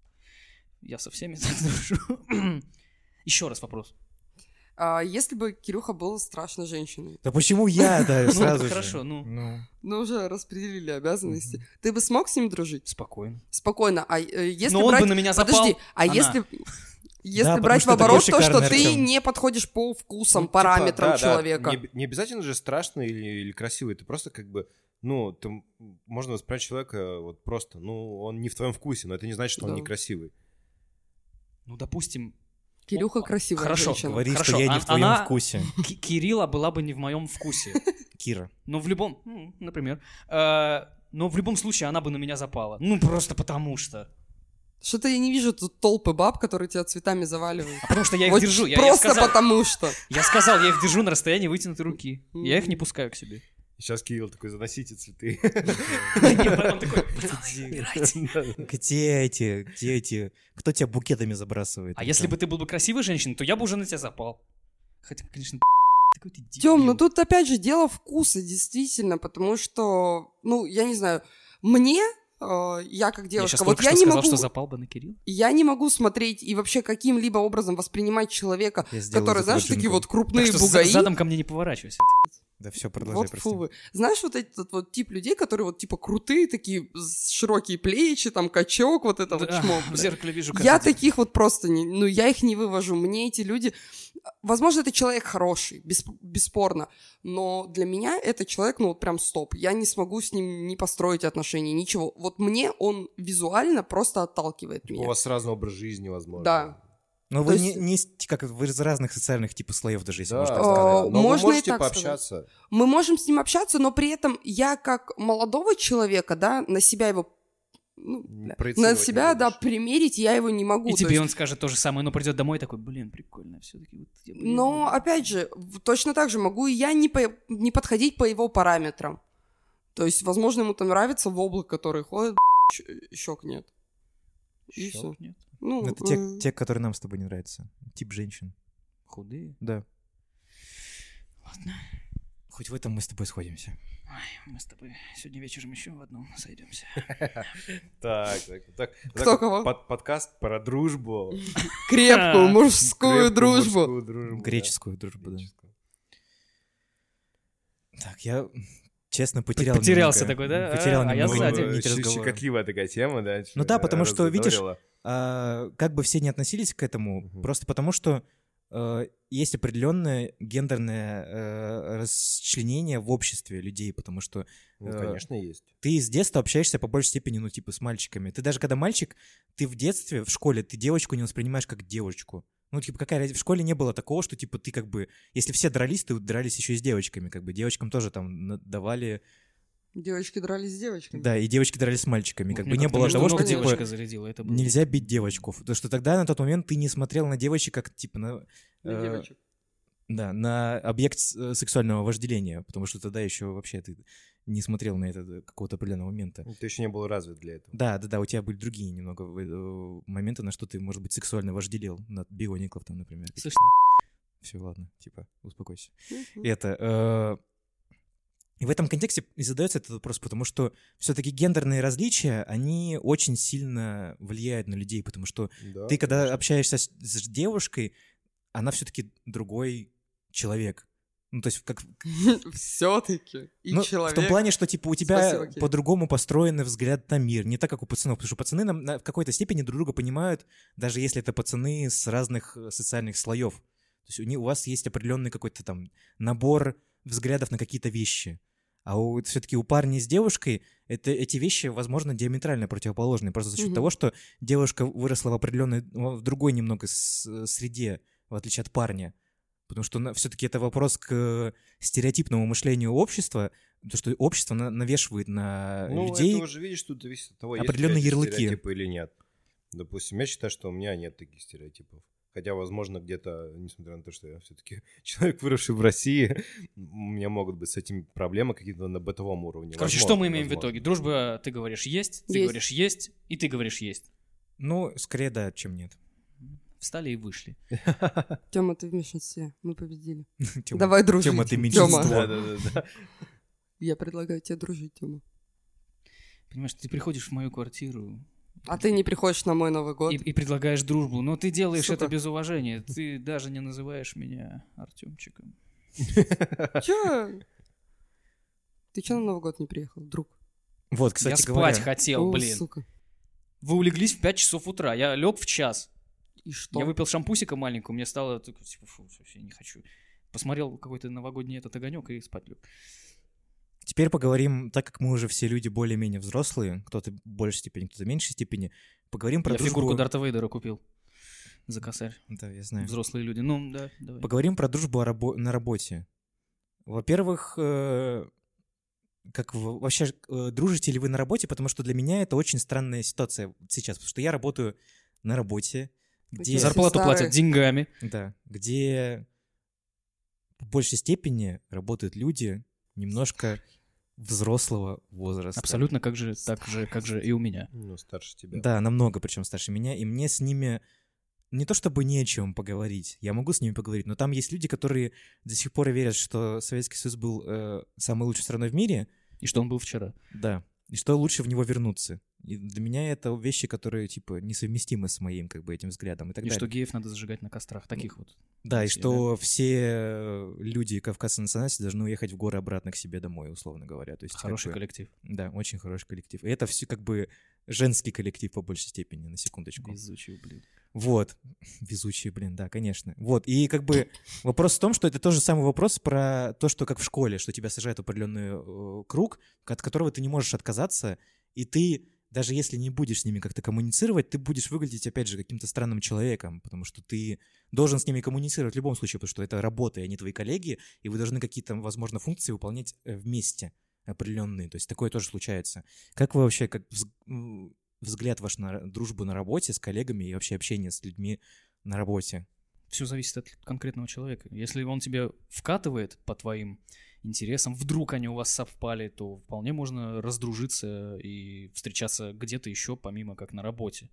Я со всеми так дружу. Еще раз вопрос. А если бы Кирюха был страшной женщиной? Да почему я, да, Ну, сразу же? хорошо, ну. Ну, Ну, уже распределили обязанности. Ты бы смог с ним дружить? Спокойно. Спокойно. А э, если Но он брать... бы на меня запал. Подожди, а она. если... Если Да, брать в потому что оборот такой то, что шикарный ты Артём. не подходишь по вкусам, Ну, типа, параметрам да, да, человека. Не, не обязательно же страшный или, или красивый. Ты просто как бы, ну, ты, м- можно воспринять человека вот просто, ну, он не в твоем вкусе, но это не значит, что он Да. некрасивый. Ну, допустим, Кирюха О, красивая хорошо, женщина. говори, Хорошо, что я не а- в твоем она- вкусе. Ки- Кирилла была бы не в моем вкусе. Кира. Ну, в любом, м, например. Э, Но в любом случае она бы на меня запала. Ну, просто потому что. Что-то я не вижу тут толпы баб, которые тебя цветами заваливают. А потому что я их Вот держу. Я, просто я сказал, потому что. я сказал, я их держу на расстоянии вытянутой руки. Я их не пускаю к себе. Сейчас Кирилл такой, заносите цветы. Нет, он такой, убирайте. Где эти, где эти, кто тебя букетами забрасывает? А если бы ты был бы красивой женщиной, то я бы уже на тебя запал. Хотя, конечно, такой ты дебил. Тём, ну тут опять же дело вкуса, действительно, потому что, ну, я не знаю, мне, э, я как Я девушка, сейчас вот только я что не сказал, могу, что запал бы на Кирилла. я не могу смотреть и вообще каким-либо образом воспринимать человека, Я сделаю который, из знаешь, этого такие джингл. вот Так крупные что бугаи. задом ко мне не поворачивайся. Да все, продолжай, Вот прости. фу вы. Знаешь, вот этот вот тип людей, которые вот типа крутые, такие с- широкие плечи, там качок, вот это вот Да, чмо. в блядь. зеркале вижу каждый Я день. таких вот просто не, ну я их не вывожу. Мне эти люди, возможно, это человек хороший, бес- бесспорно, но для меня это человек, ну вот прям стоп. Я не смогу с ним не построить отношения, ничего. Вот мне он визуально просто отталкивает У меня. вас разный образ жизни, возможно. Да. Но То вы есть- не, не из- как вы из разных социальных типа слоев даже, если Да, можно да, так сказать. Э, но можно и вы можете так пообщаться. Мы можем с ним общаться, но при этом я как молодого человека, да, на себя его, ну, бля, на Проецировать не себя, да, будешь. примерить я его не могу. И То тебе есть- он скажет то же самое, но придет домой такой, блин, прикольно, все-таки. Вот, я, блин, Но, блин». опять же, в- точно так же могу и я не, по- не подходить по его параметрам. То есть, возможно, ему там нравится воблок, который ходит, щ- щек нет. И Щёк всё. нет. Ну, Это те, э, те, которые нам с тобой не нравятся. Тип женщин. Худые. Да. Ладно. Хоть в этом мы с тобой сходимся. Ой, мы с тобой сегодня вечером еще в одном сойдемся. Так, так, так. Кто Так, кого? под- подкаст про дружбу. крепкую мужскую Крепкую дружбу. мужскую дружбу, да. Греческую дружбу, да. Греческую. Так, я честно потерял Потерялся немного. такой, да? Потерял А, а я немного сзади. нить Щ- разговора. Щекотливая такая тема, да? Ну да, потому что, видишь, раззадорила. А, как бы все не относились к этому, Мгм. просто потому что э, есть определенное гендерное э, расчленение в обществе людей, потому что Ну, э, конечно, есть. ты с детства общаешься по большей степени, ну, типа, с мальчиками. Ты даже когда мальчик, ты в детстве, в школе, ты девочку не воспринимаешь как девочку. Ну, типа, какая разница? В школе не было такого, что, типа, ты как бы... Если все дрались, ты дрались еще и с девочками, как бы. Девочкам тоже там на- давали... Девочки дрались с девочками. Да, и девочки дрались с мальчиками. Как Мне бы не как-то было между того, ног что, типа, девочка зарядила, это было. нельзя бить девочку. Потому что тогда, на тот момент, ты не смотрел на девочек как, типа, на... На э, девочек. Да, на объект с- э, сексуального вожделения, потому что тогда еще вообще ты не смотрел на это до какого-то определенного момента. Ты еще не был развит для этого. Да, да, да, у тебя были другие немного э, моменты, на что ты, может быть, сексуально вожделел, над биониклов там, например. Слышь, Все, ладно, типа, успокойся. Мгм. Это... э, И в этом контексте и задается этот вопрос, потому что все-таки гендерные различия, они очень сильно влияют на людей, потому что Да, ты, когда конечно. общаешься с, с девушкой, она все-таки другой человек. Ну, то есть, как, Все-таки. И ну, человек. в том плане, что, типа, у тебя Спасибо, Кирилл. по-другому построенный взгляд на мир. Не так, как у пацанов. Потому что пацаны нам на- в какой-то степени друг друга понимают, даже если это пацаны с разных э, социальных слоев. То есть у, них, у вас есть определенный какой-то там набор взглядов на какие-то вещи. А у, все-таки у парня с девушкой это, эти вещи, возможно, диаметрально противоположные. Просто за счет Мгм. того, что девушка выросла в определенной, в другой немного с- среде, в отличие от парня. Потому что все-таки это вопрос к стереотипному мышлению общества, то, что общество на- навешивает на Ну, людей. это уже, видишь, тут зависит от того, есть определенные ли эти ярлыки. стереотипы или нет. Допустим, я считаю, что у меня нет таких стереотипов. Хотя, возможно, где-то, несмотря на то, что я все-таки человек, выросший в России, у меня могут быть с этим проблемы какие-то на бытовом уровне. Короче, Возможно, что мы имеем в возможно. итоге? Дружба, ты говоришь, есть, ты Есть. говоришь, есть, и ты говоришь, есть. Ну, скорее да, чем нет. Встали и вышли. Тёма, ты в меньшинстве. Мы победили. Тёма, Давай дружить. Тёма, ты Тёма. меньшинство. Да-да-да. Я предлагаю тебе дружить, Тёма. Понимаешь, ты приходишь в мою квартиру А ты не приходишь на мой Новый год. и, и предлагаешь дружбу, но ты делаешь Сука. это без уважения. Ты даже не называешь меня Артемчиком. Чё? Ты чё на Новый год не приехал, друг? Вот, кстати Я спать говоря, хотел, О, блин. сука. Вы улеглись в пять часов утра, я лег в час. И что? Я выпил шампусика маленького, мне стало, такое, типа, фу, вообще не хочу. Посмотрел какой-то новогодний этот огонек и спать лег. теперь поговорим, так как мы уже все люди более-менее взрослые, кто-то в большей степени, кто-то в меньшей степени, поговорим про Я дружбу... фигурку Дарта Вейдера купил за косарь. Да, я знаю. Взрослые люди. Ну, да, давай. Поговорим про дружбу о рабо- на работе. Во-первых, э, как вы, вообще э, дружите ли вы на работе, потому что для меня это очень странная ситуация сейчас, потому что я работаю на работе, где... Если Зарплату старый- платят деньгами. Да, где в большей степени работают люди немножко взрослого возраста. Абсолютно как же, так же, как же и у меня. Ну, старше тебя. Да, намного, причем старше меня, и мне с ними не то чтобы не о чем поговорить, я могу с ними поговорить, но там есть люди, которые до сих пор верят, что Советский Союз был э, самой лучшей страной в мире, И что он был вчера. да, и что лучше в него вернуться. И для меня это вещи, которые, типа, несовместимы с моим, как бы, этим взглядом и так И далее. что геев надо зажигать на кострах. Таких вот. Да, и Все, что все люди кавказской национальности должны уехать в горы обратно к себе домой, условно говоря. То есть, как Хороший бы, коллектив. Да, очень хороший коллектив. И это все как бы женский коллектив по большей степени, на секундочку. Везучий, блин. Вот. Везучие, блин, да, конечно. Вот. И как бы вопрос в том, что это тоже самый вопрос про то, что как в школе, что тебя сажают в определенный э, круг, от которого ты не можешь отказаться, и ты, даже если не будешь с ними как-то коммуницировать, ты будешь выглядеть, опять же, каким-то странным человеком, потому что ты должен с ними коммуницировать в любом случае, потому что это работа, и они твои коллеги, и вы должны какие-то, возможно, функции выполнять э, вместе определенные. То есть такое тоже случается. Как вы вообще, как вз- м, взгляд ваш на дружбу на работе с коллегами и вообще общение с людьми на работе? Все зависит от конкретного человека. Если он тебе вкатывает по твоим интересам, вдруг они у вас совпали, то вполне можно раздружиться и встречаться где-то еще, помимо как на работе.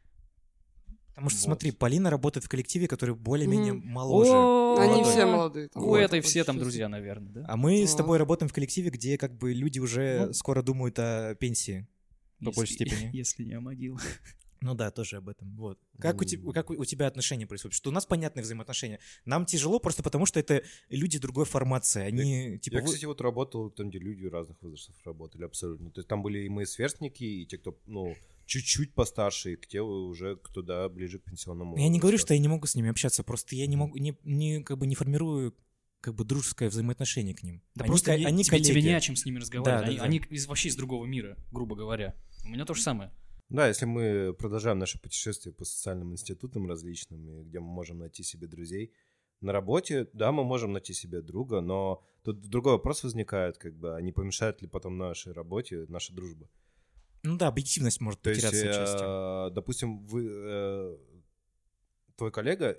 Потому что, Вот. смотри, Полина работает в коллективе, который более-менее Мгм. моложе. О, Они да. все молодые. там, У вот, этой вот, все там честно. друзья, наверное, да? А мы с Да. тобой работаем в коллективе, где как бы люди уже Ну, скоро думают о пенсии. По Если- большей степени. Если не о могилах. Ну да, тоже об этом. Вот. Как, у, те- М. как у у тебя отношения происходят? Что у нас понятные взаимоотношения. Нам тяжело просто потому, что это люди другой формации. Они типа... Я, вы- кстати, вот работал там, где люди разных возрастов работали абсолютно. То есть там были и мои сверстники, и те, кто, ну, чуть-чуть постарше, и те уже, кто, да, ближе к пенсионному Я не говорю, возрасту. что я не могу с ними общаться, просто я не могу, не, не, как бы не формирую как бы дружеское взаимоотношение к ним. Да Они просто ко- не- они тебе, тебе коллеги. не о чем с ними разговаривать. Да, они да, да. они из, вообще из другого мира, грубо говоря. У меня то же самое. Да, если мы продолжаем наше путешествие по социальным институтам различным, и где мы можем найти себе друзей, на работе, да, мы можем найти себе друга, но тут другой вопрос возникает, как бы, а не помешает ли потом нашей работе наша дружба? Ну да, объективность может То есть, потеряться отчасти. э, допустим, вы, э, твой коллега,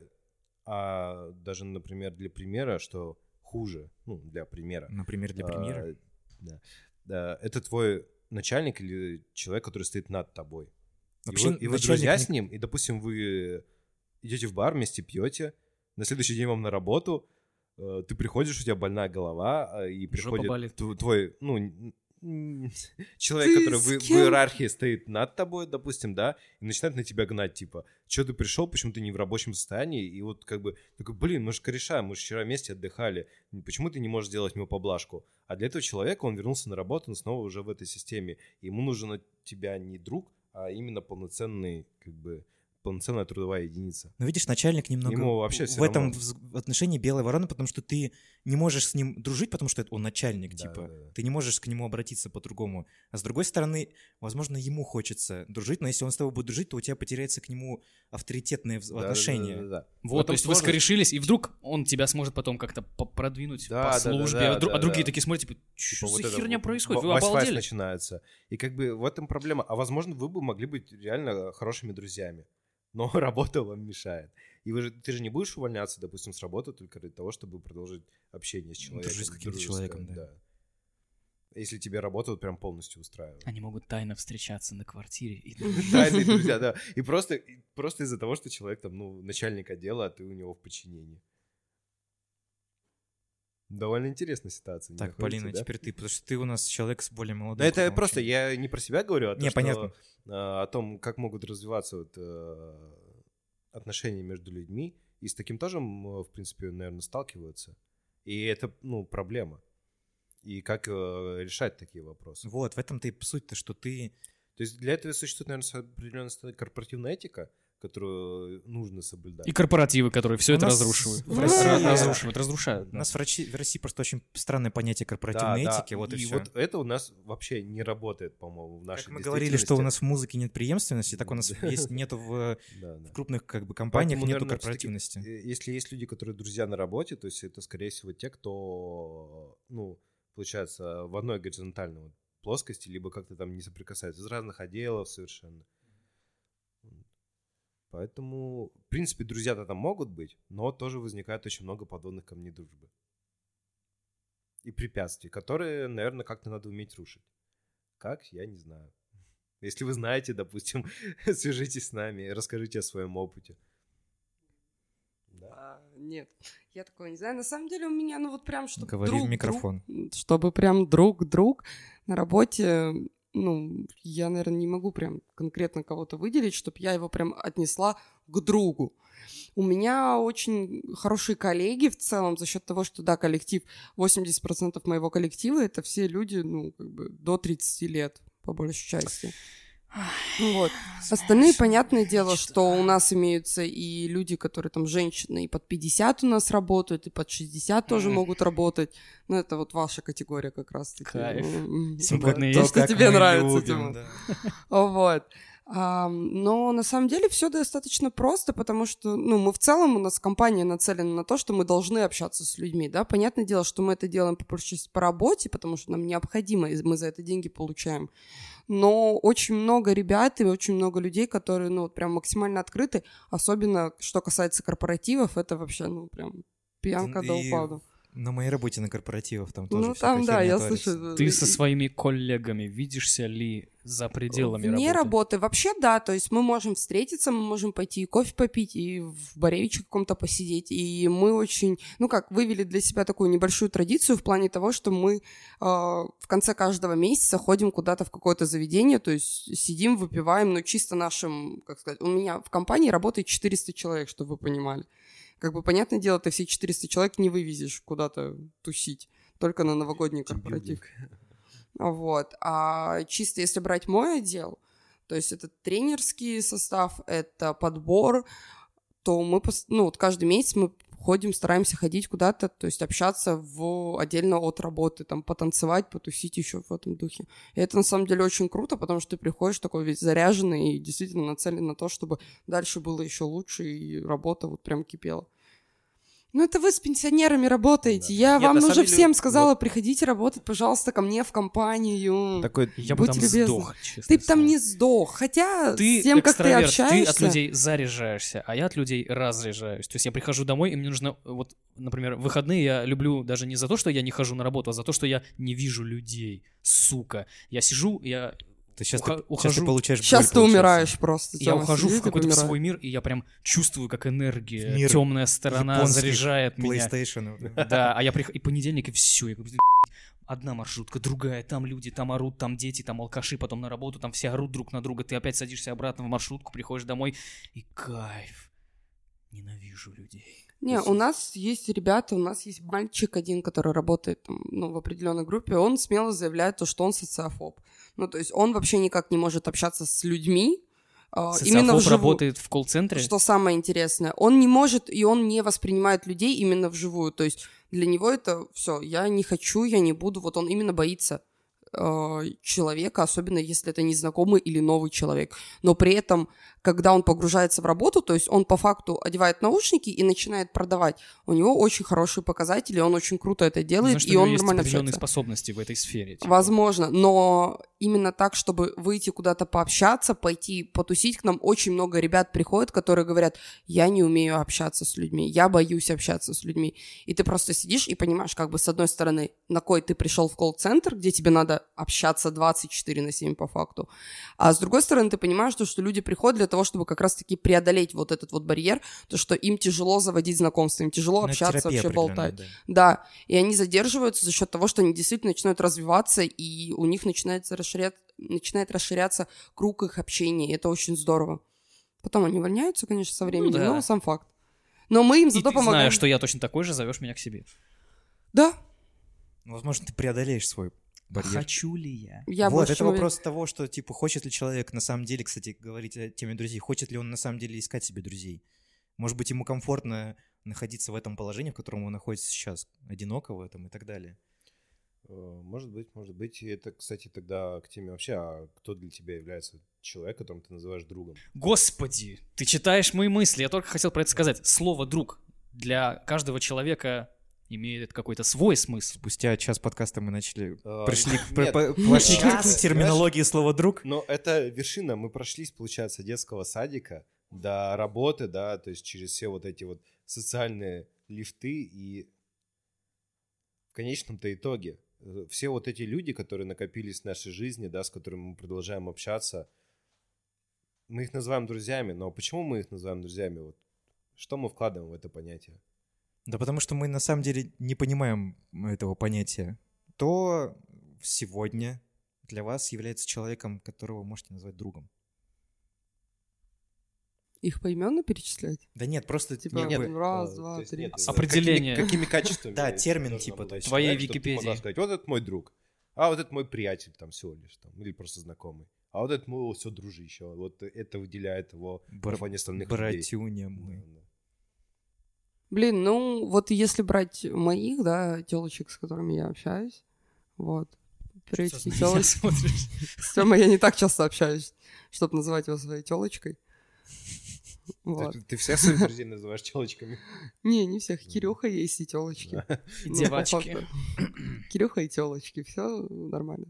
а даже, например, для примера, что хуже, ну, для примера. Например, для примера. а, да, да, это твой начальник или человек, который стоит над тобой. Вообще, и вы, и вы начальник друзья не- с ним, и, допустим, вы идете в бар, вместе пьете, на следующий день вам на работу, э, ты приходишь, у тебя больная голова, э, и приходит болит. тв- твой, ну, н- н- человек, Ты который с в, в кем? иерархии стоит над тобой, допустим, да, и начинает на тебя гнать, типа, что ты пришел, почему ты не в рабочем состоянии, и вот как бы, такой, блин, мы же кореша, мы же вчера вместе отдыхали, почему ты не можешь сделать ему поблажку? А для этого человека он вернулся на работу, он снова уже в этой системе, и ему нужен от тебя не друг, а именно полноценный, как бы, полноценная трудовая единица. Но видишь, начальник немного Ему вообще в всё этом равно. вз- в отношении белой вороны, потому что ты не можешь с ним дружить, потому что это он начальник, Да, типа. да, да. Ты не можешь к нему обратиться по-другому. А с другой стороны, возможно, ему хочется дружить, но если он с тобой будет дружить, то у тебя потеряется к нему авторитетное вз- Да, да, отношение. да, да, да. В Вот, этом то есть вы сложность. скорешились, и вдруг он тебя сможет потом как-то по- продвинуть Да, по да, да, службе, да, а, дру- да, а другие да. такие смотрят, типа, Типа что вот за это херня в- происходит? в- Вы вась-вась обалдели? начинается. И как бы в этом проблема. А возможно, вы бы могли быть реально хорошими друзьями, но работа вам мешает. И вы же, ты же не будешь увольняться, допустим, с работы только ради того, чтобы продолжить общение с человеком. Дружить с каким-то дружеское, человеком, да. Если тебе работа вот прям полностью устраивает. Они могут тайно встречаться на квартире. и- Тайные друзья, да. И просто, и просто из-за того, что человек там, ну, начальник отдела, а ты у него в подчинении. Довольно интересная ситуация. не Так, находите, Полина, да? теперь ты, потому что ты у нас человек с более молодым. Да, это кругом просто общения. я не про себя говорю, а то, Не, что, понятно. э, о том, как могут развиваться вот, э, отношения между людьми. И с таким тоже, м, в принципе, наверное, сталкиваются. И это, ну, проблема. И как э, решать такие вопросы. Вот, в этом-то и суть-то, что ты... То есть для этого существует, наверное, определенная корпоративная этика, которую нужно соблюдать. И корпоративы, которые все У это нас разрушивают. в России- Ра- Разрушивают, разрушают. У да. нас в России, в России просто очень странное понятие корпоративной Да, да. этики, вот и, и все. вот это у нас вообще не работает, по-моему, в нашей Как мы говорили, что у действительности. нас в музыке нет преемственности, так у нас Да. есть, нету в, Да, да. в крупных как бы компаниях, Поэтому, нету наверное, всё-таки, корпоративности. э, Если есть люди, которые друзья на работе, то есть это, скорее всего, те, кто, ну, получается, в одной горизонтальной вот плоскости, либо как-то там не соприкасаются, из разных отделов совершенно. Поэтому, в принципе, друзья-то там могут быть, но тоже возникает очень много подводных камней дружбы. И препятствий, которые, наверное, как-то надо уметь рушить. Как? Я не знаю. Если вы знаете, допустим, свяжитесь с нами, расскажите о своем опыте. Да. А, нет, я такого не знаю. На самом деле у меня, ну вот прям, чтобы Говори друг, в микрофон. Друг, чтобы прям друг-друг на работе, ну, я, наверное, не могу прям конкретно кого-то выделить, чтобы я его прям отнесла к другу. У меня очень хорошие коллеги в целом за счет того, что, да, коллектив, восемьдесят процентов моего коллектива — это все люди, ну, как бы до тридцати лет, по большей части. Вот. Остальные, понятное дело, что у нас имеются и люди, которые там женщины, и под пятьдесят у нас работают, и под шестьдесят тоже могут работать. Ну, это вот ваша категория как раз-таки. Кайф. Сегодня есть. То, что тебе нравится, Тимур. Вот. А, но на самом деле все достаточно просто, потому что, ну, мы в целом, у нас компания нацелена на то, что мы должны общаться с людьми, да, понятное дело, что мы это делаем по, по работе, потому что нам необходимо, и мы за это деньги получаем, но очень много ребят и очень много людей, которые, ну, вот прям максимально открыты, особенно, что касается корпоративов, это вообще, ну, прям пьянка и... до упаду. На моей работе на корпоративах там тоже ну, там, да, я творится. слышу. Ты со своими коллегами видишься ли за пределами Вне работы? работы вообще, да, то есть мы можем встретиться, мы можем пойти и кофе попить, и в баревиче каком-то посидеть, и мы очень, ну как, вывели для себя такую небольшую традицию в плане того, что мы э, в конце каждого месяца ходим куда-то в какое-то заведение, то есть сидим, выпиваем, ну чисто нашим, как сказать, у меня в компании работает четыреста человек, чтобы вы понимали. Как бы, понятное дело, ты все четыреста человек не вывезешь куда-то тусить, только на новогодний корпоратив. Вот. А чисто если брать мой отдел, то есть это тренерский состав, это подбор, то мы, ну, вот каждый месяц мы ходим, стараемся ходить куда-то, то есть общаться в, отдельно от работы, там, потанцевать, потусить еще в этом духе. И это, на самом деле, очень круто, потому что ты приходишь такой весь заряженный и действительно нацелен на то, чтобы дальше было еще лучше, и работа вот прям кипела. Ну, это вы с пенсионерами работаете. Да. Я Нет, вам уже всем деле... сказала, вот... приходите работать, пожалуйста, ко мне в компанию. Такой, я бы там любезны. Сдох, честно. Ты бы там не сдох. Хотя ты с тем, как ты общаешься... Ты от людей заряжаешься, а я от людей разряжаюсь. То есть я прихожу домой, и мне нужно... Вот, например, в выходные я люблю даже не за то, что я не хожу на работу, а за то, что я не вижу людей. Сука. Я сижу, я... Ты сейчас, Уха- ты, ухожу. сейчас ты получаешь Сейчас ты умираешь просто. Я ухожу в какой-то в свой мир, и я прям чувствую, как энергия, мир темная сторона заряжает меня. PlayStation. Да, а я прихожу, и понедельник, и все. Я говорю, одна маршрутка, другая, там люди, там орут, там дети, там алкаши, потом на работу, там все орут друг на друга. Ты опять садишься обратно в маршрутку, приходишь домой, и кайф. Ненавижу людей. Не, у нас есть ребята, у нас есть мальчик один, который работает там, ну, в определенной группе, он смело заявляет то, что он социофоб. Ну, то есть он вообще никак не может общаться с людьми. Социофоб именно вживую. Работает в колл-центре? Что самое интересное, он не может, и он не воспринимает людей именно вживую. То есть для него это все, я не хочу, я не буду. Вот он именно боится человека, особенно если это незнакомый или новый человек. Но при этом, когда он погружается в работу, то есть он по факту одевает наушники и начинает продавать, у него очень хорошие показатели, он очень круто это делает, Значит, и он есть нормально определенные общается. способности в этой сфере. Типа. Возможно, но именно так, чтобы выйти куда-то пообщаться, пойти потусить, к нам очень много ребят приходят, которые говорят, я не умею общаться с людьми, я боюсь общаться с людьми. И ты просто сидишь и понимаешь, как бы с одной стороны, на кой ты пришел в колл-центр, где тебе надо общаться двадцать четыре на семь по факту. А с другой стороны, ты понимаешь, то, что люди приходят для того, чтобы как раз-таки преодолеть вот этот вот барьер, то, что им тяжело заводить знакомства, им тяжело ну, общаться, вообще болтать. Да. да, и они задерживаются за счет того, что они действительно начинают развиваться, и у них начинается расширять, начинает расширяться круг их общения, и это очень здорово. Потом они увольняются, конечно, со временем, ну, да. но сам факт. Но мы им зато и ты помогаем. Знаешь, что я точно такой же, зовешь меня к себе. Да. Возможно, ты преодолеешь свой барьер. Хочу ли я? я вот, это вопрос того, что, типа, хочет ли человек на самом деле, кстати, говорить о теме друзей, хочет ли он на самом деле искать себе друзей. Может быть, ему комфортно находиться в этом положении, в котором он находится сейчас, одиноко в этом и так далее. Может быть, может быть. И это, кстати, тогда к теме вообще, а кто для тебя является человек, которым ты называешь другом? Господи, ты читаешь мои мысли. Я только хотел про это сказать. Слово «друг» для каждого человека имеет какой-то свой смысл. Спустя час подкаста мы начали... А, Пришли к нет, по- по- пошли к час, терминологии слова «друг». Но это вершина. Мы прошлись, получается, от детского садика до работы, да, то есть через все вот эти вот социальные лифты, и в конечном-то итоге э, все вот эти люди, которые накопились в нашей жизни, да, с которыми мы продолжаем общаться, мы их называем друзьями, но почему мы их называем друзьями? Вот что мы вкладываем в это понятие? Да потому что мы на самом деле не понимаем этого понятия. Кто сегодня для вас является человеком, которого вы можете назвать другом? Их поименно перечислять? Да нет, просто Типа, как бы- нет, раз, э, два, то есть три. нет, э, Определение. Какими, какими качествами? Да, термин должен типа, обладать то есть твоей человек, чтобы ты Википедии. могла сказать, вот это мой друг, а вот это мой приятель там всего лишь, там, или просто знакомый. А вот это мой все дружище. Вот это выделяет его Бра- на фоне остальных людей. братюня мой. Да, да. Блин, ну вот если брать моих, да, телочек, с которыми я общаюсь, вот, приветики, Меня телочки. смотришь. С Тёмой я не так часто общаюсь, чтобы называть его своей телочкой. Вот. Ты, ты всех своих друзей называешь телочками? Не, не всех. Кирюха есть и телочки. И Ну, по девочки. факту. Кирюха и телочки, все нормально.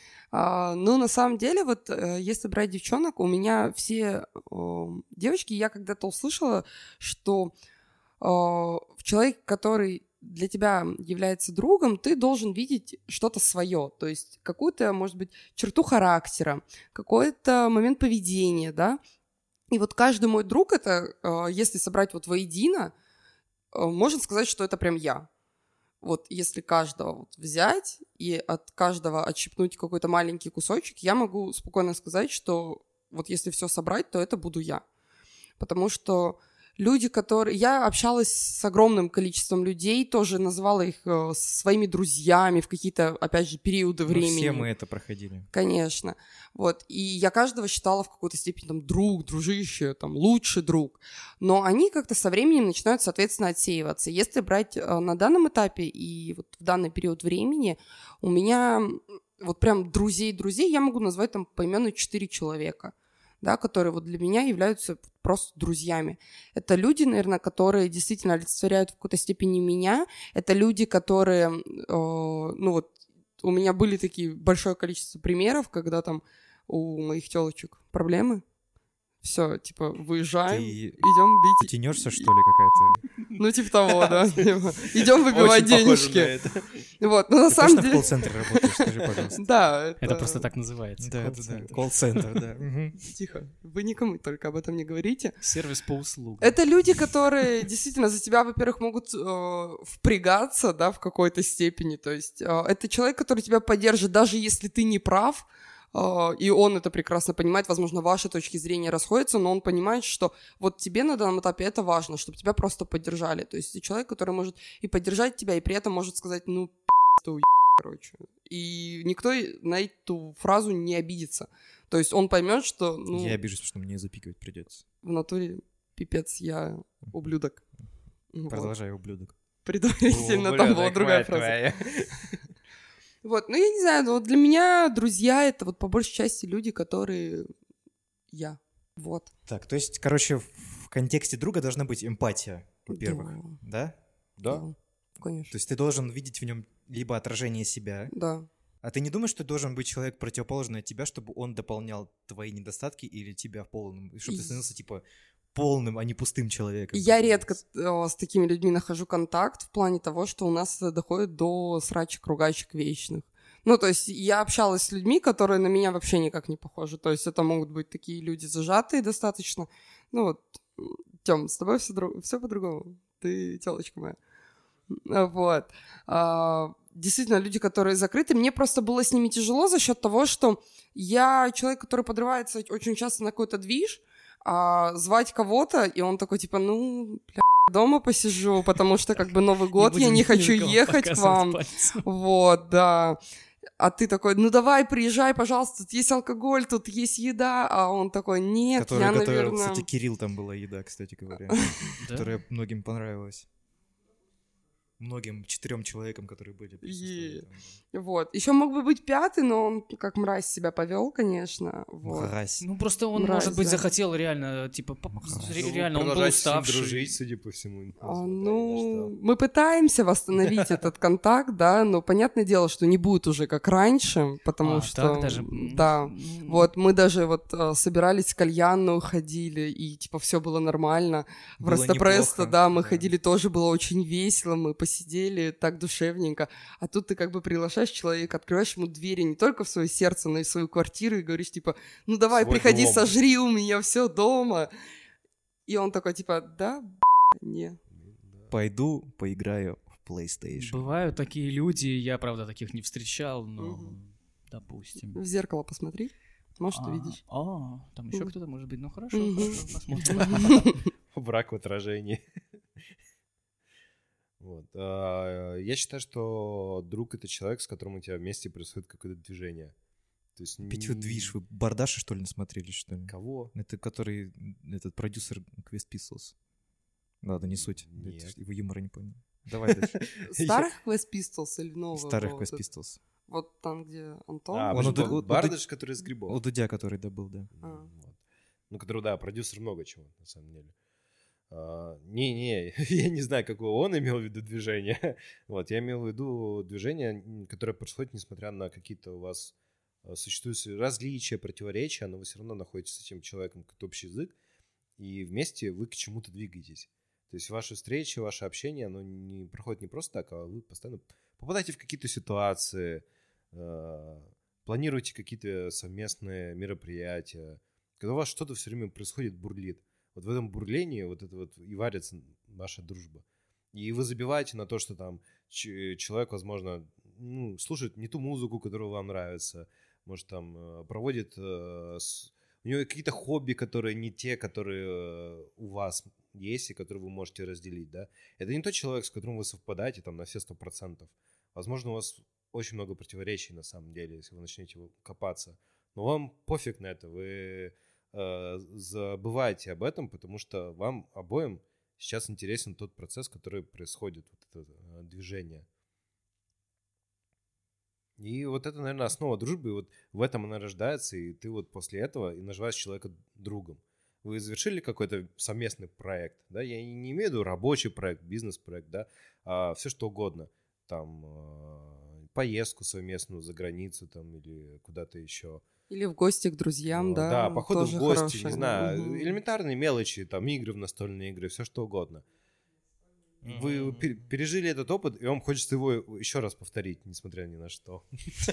А, ну, на самом деле, вот э, если брать девчонок, у меня все э, девочки, я когда-то услышала, что э, в человеке, который для тебя является другом, ты должен видеть что-то свое, то есть какую-то, может быть, черту характера, какой-то момент поведения, да. И вот каждый мой друг, это, э, если собрать вот воедино, э, можно сказать, что это прям я. Вот если каждого вот взять и от каждого отщипнуть какой-то маленький кусочек, я могу спокойно сказать, что вот если все собрать, то это буду я. Потому что люди, которые... Я общалась с огромным количеством людей, тоже называла их э, своими друзьями в какие-то, опять же, периоды Ну, времени. все мы это проходили. Конечно. Вот. И я каждого считала в какой-то степени там друг, дружище, там лучший друг. Но они как-то со временем начинают, соответственно, отсеиваться. Если брать э, на данном этапе и вот в данный период времени, у меня вот прям друзей-друзей я могу назвать там поименно четыре человека, да, которые вот для меня являются просто друзьями. Это люди, наверное, которые действительно олицетворяют в какой-то степени меня. Это люди, которые, э, ну вот, у меня были такие большое количество примеров, когда там у моих телочек проблемы. Все, типа, выезжаем, Ты идем бить. тянешься, что ли, какая-то? Ну, типа того, да. Идем выбивать Очень похоже на денежки. это. Вот, но на Ты самом точно в деле... колл-центре работаешь, скажи, пожалуйста. Да, Это просто так называется. Да, да, да. колл-центр. Колл-центр, да. Мгм. Тихо, вы никому только об этом не говорите. Сервис по услугам. Это люди, которые действительно за тебя, во-первых, могут э, впрягаться, да, в какой-то степени. То есть э, это человек, который тебя поддержит, даже если ты не прав, э, и он это прекрасно понимает. Возможно, ваши точки зрения расходятся, но он понимает, что вот тебе на данном этапе это важно, чтобы тебя просто поддержали. То есть человек, который может и поддержать тебя, и при этом может сказать, ну, пи***, ты уеб, короче. И никто на эту фразу не обидится. То есть он поймет, что, ну, Я обижусь, потому что мне запикивать придется. в натуре пипец, я ублюдок. Вот. Продолжай, ублюдок. Предварительно там была другая фраза. Вот, ну я не знаю, но вот для меня друзья — это вот по большей части люди, которые я. Вот. Так, то есть, короче, в контексте друга должна быть эмпатия, во-первых, да? Да. Конечно. То есть ты должен видеть в нем либо отражение себя, Да. а ты не думаешь, что должен быть человек противоположный от тебя, чтобы он дополнял твои недостатки или тебя в полном, чтобы ты становился, типа, полным, а не пустым человеком? Я редко э, с такими людьми нахожу контакт в плане того, что у нас это доходит до срачек-ругачек вечных. Ну, то есть я общалась с людьми, которые на меня вообще никак не похожи. То есть это могут быть такие люди зажатые достаточно. Ну вот, Тём, с тобой все, дру... все по-другому. Ты тёлочка моя. Вот. А, действительно, люди, которые закрыты. Мне просто было с ними тяжело за счет того, что я человек, который подрывается очень часто на какой-то движ, а звать кого-то, и он такой, типа, ну, бля, дома посижу, потому что, как бы, Новый год, я не хочу ехать к вам. Вот, да. А ты такой, ну давай, приезжай, пожалуйста, тут есть алкоголь, тут есть еда. А он такой, нет, Который я, готовил, наверное... кстати, Кирилл, там была еда, кстати говоря, которая многим понравилась. многим четырем человекам, которые были присутствовали И- там, да. Вот. Еще мог бы быть пятый, но он как мразь себя повел, конечно. Вот. Мразь. Ну, просто он, Мразь, может быть, да. захотел реально, типа, по- Мразь. ре- Ну, реально, он был продолжайте с ним уставший. дружить, судя по всему. А, несмотря ни ну, на что. мы пытаемся восстановить этот контакт, да, но понятное дело, что не будет уже как раньше, потому А, что, так даже, м, да, м, вот мы даже вот э, собирались в кальянную, ходили, и типа все было нормально. В Было Растопресто, неплохо, да, мы да. ходили, тоже было очень весело, мы посидели так душевненько, а тут ты как бы приглашаешь человека, открываешь ему двери не только в свое сердце, но и в свою квартиру и говоришь типа, ну давай, Свой приходи, дом. сожри у меня все дома. И он такой типа, да, не. Пойду поиграю в PlayStation. Бывают такие люди, я, правда, таких не встречал, но, Мгм. допустим. В зеркало посмотри, может, А, увидишь. А, там еще Мгм. кто-то может быть. Ну хорошо, Мгм. хорошо, посмотрим. Брак в отражении. Вот. а, Я считаю, что друг — это человек, с которым у тебя вместе происходит какое-то движение. То есть... Опять вы движ, вы Бардаши, что ли, насмотрелись, что ли? Кого? Это который, этот продюсер Quest Pistols. Ладно, не суть. Нет. Это Его юмора не понял. Давай дальше. Старых Quest Pistols или новых? Старых вот Quest это- Pistols. Вот там, где Антон. А, Он он у Ду- у- у Ду- Бардаш, который из У грибов. Дудя, который добыл, да. А. Вот. Ну, который, да, продюсер много чего, на самом деле. А, Не-не, я не знаю, какое он имел в виду движение. Вот, я имел в виду движение, м, которое происходит, несмотря на какие-то у вас а, существующие различия, противоречия, но вы все равно находитесь с этим человеком какой-то общий язык, и вместе вы к чему-то двигаетесь. То есть ваши встречи, ваше общение, оно не проходит не просто так, а вы постоянно попадаете в какие-то ситуации, э, планируете какие-то совместные мероприятия, когда у вас что-то все время происходит, бурлит. Вот в этом бурлении вот это вот и варится ваша дружба. И вы забиваете на то, что там ч- человек, возможно, ну, слушает не ту музыку, которая вам нравится, может, там э, проводит... э, с- У него какие-то хобби, которые не те, которые э, у вас есть и которые вы можете разделить, да. Это не тот человек, с которым вы совпадаете там на все сто процентов. Возможно, у вас очень много противоречий на самом деле, если вы начнете копаться. Но вам пофиг на это, вы э, забываете об этом, потому что вам обоим сейчас интересен тот процесс, который происходит, вот это э, движение. И вот это, наверное, основа дружбы, и вот в этом она рождается, и ты вот после этого и называешь человека другом. Вы завершили какой-то совместный проект, да, я не имею в виду рабочий проект, бизнес-проект, да, а все что угодно, там, э, поездку совместную за границу, там, или куда-то еще. Или в гости к друзьям, Э, да. Да, походу в тоже гости, хорошее, не знаю, мгм. элементарные мелочи, там, игры в настольные игры, все что угодно. Вы пер- пережили этот опыт, и вам хочется его еще раз повторить, несмотря ни на что.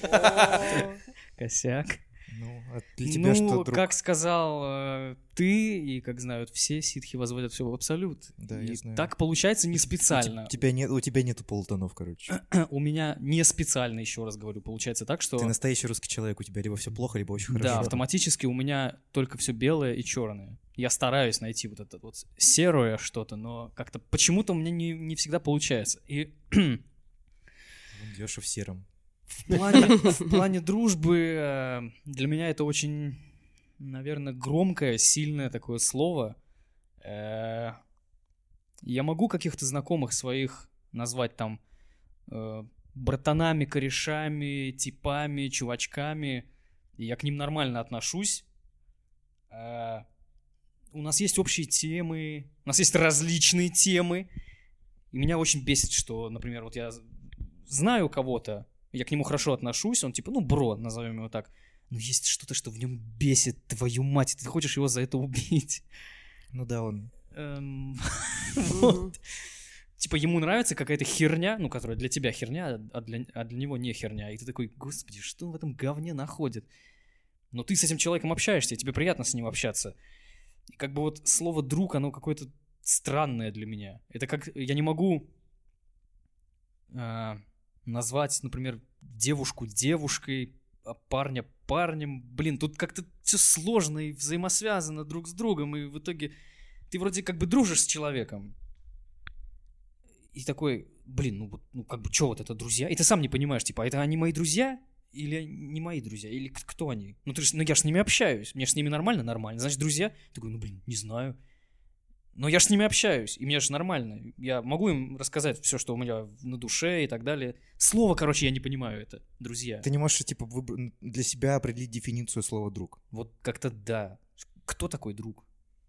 Косяк. Ну, а для тебя Ну, что, друг? как сказал э, ты, и как знают все, ситхи возводят все в абсолют. Да, И я знаю. так получается не У те- специально. У тебя, нет, у тебя нету полутонов, короче. У меня не специально, еще раз говорю, получается так, что... Ты настоящий русский человек, у тебя либо все плохо, либо очень хорошо. Да, автоматически у меня только все белое и черное. Я стараюсь найти вот это вот серое что-то, но как-то почему-то у меня не, не всегда получается. И Леша в сером. в плане, в плане дружбы э, для меня это очень, наверное, громкое, сильное такое слово. Э, Я могу каких-то знакомых своих назвать там э, братанами, корешами, типами, чувачками. И я к ним нормально отношусь. Э, У нас есть общие темы, у нас есть различные темы. И меня очень бесит, что, например, вот я знаю кого-то, я к нему хорошо отношусь, он типа, ну, бро, назовем его так. Но есть что-то, что в нем бесит, твою мать, и ты хочешь его за это убить. Ну да, он... Эм, вот. Типа ему нравится какая-то херня, ну, которая для тебя херня, а для, а для него не херня. И ты такой, господи, что он в этом говне находит? Но ты с этим человеком общаешься, и тебе приятно с ним общаться. И как бы вот слово «друг», оно какое-то странное для меня. Это как... Я не могу э, назвать, например, девушку девушкой, а парня парнем. Блин, тут как-то все сложно и взаимосвязано друг с другом, и в итоге ты вроде как бы дружишь с человеком. И такой, блин, ну вот, ну как бы, что вот это друзья? И ты сам не понимаешь, типа, это они мои друзья? Или не мои друзья? Или к- кто они? Ну, ты ж, ну я же с ними общаюсь, мне же с ними нормально, нормально. Значит, друзья? Такой, ну, блин, не знаю. Но я ж с ними общаюсь, и мне же нормально. Я могу им рассказать все, что у меня на душе и так далее. Слово, короче, я не понимаю это, друзья. Ты не можешь, типа, выбр- для себя определить дефиницию слова «друг». Вот как-то да. Кто такой друг?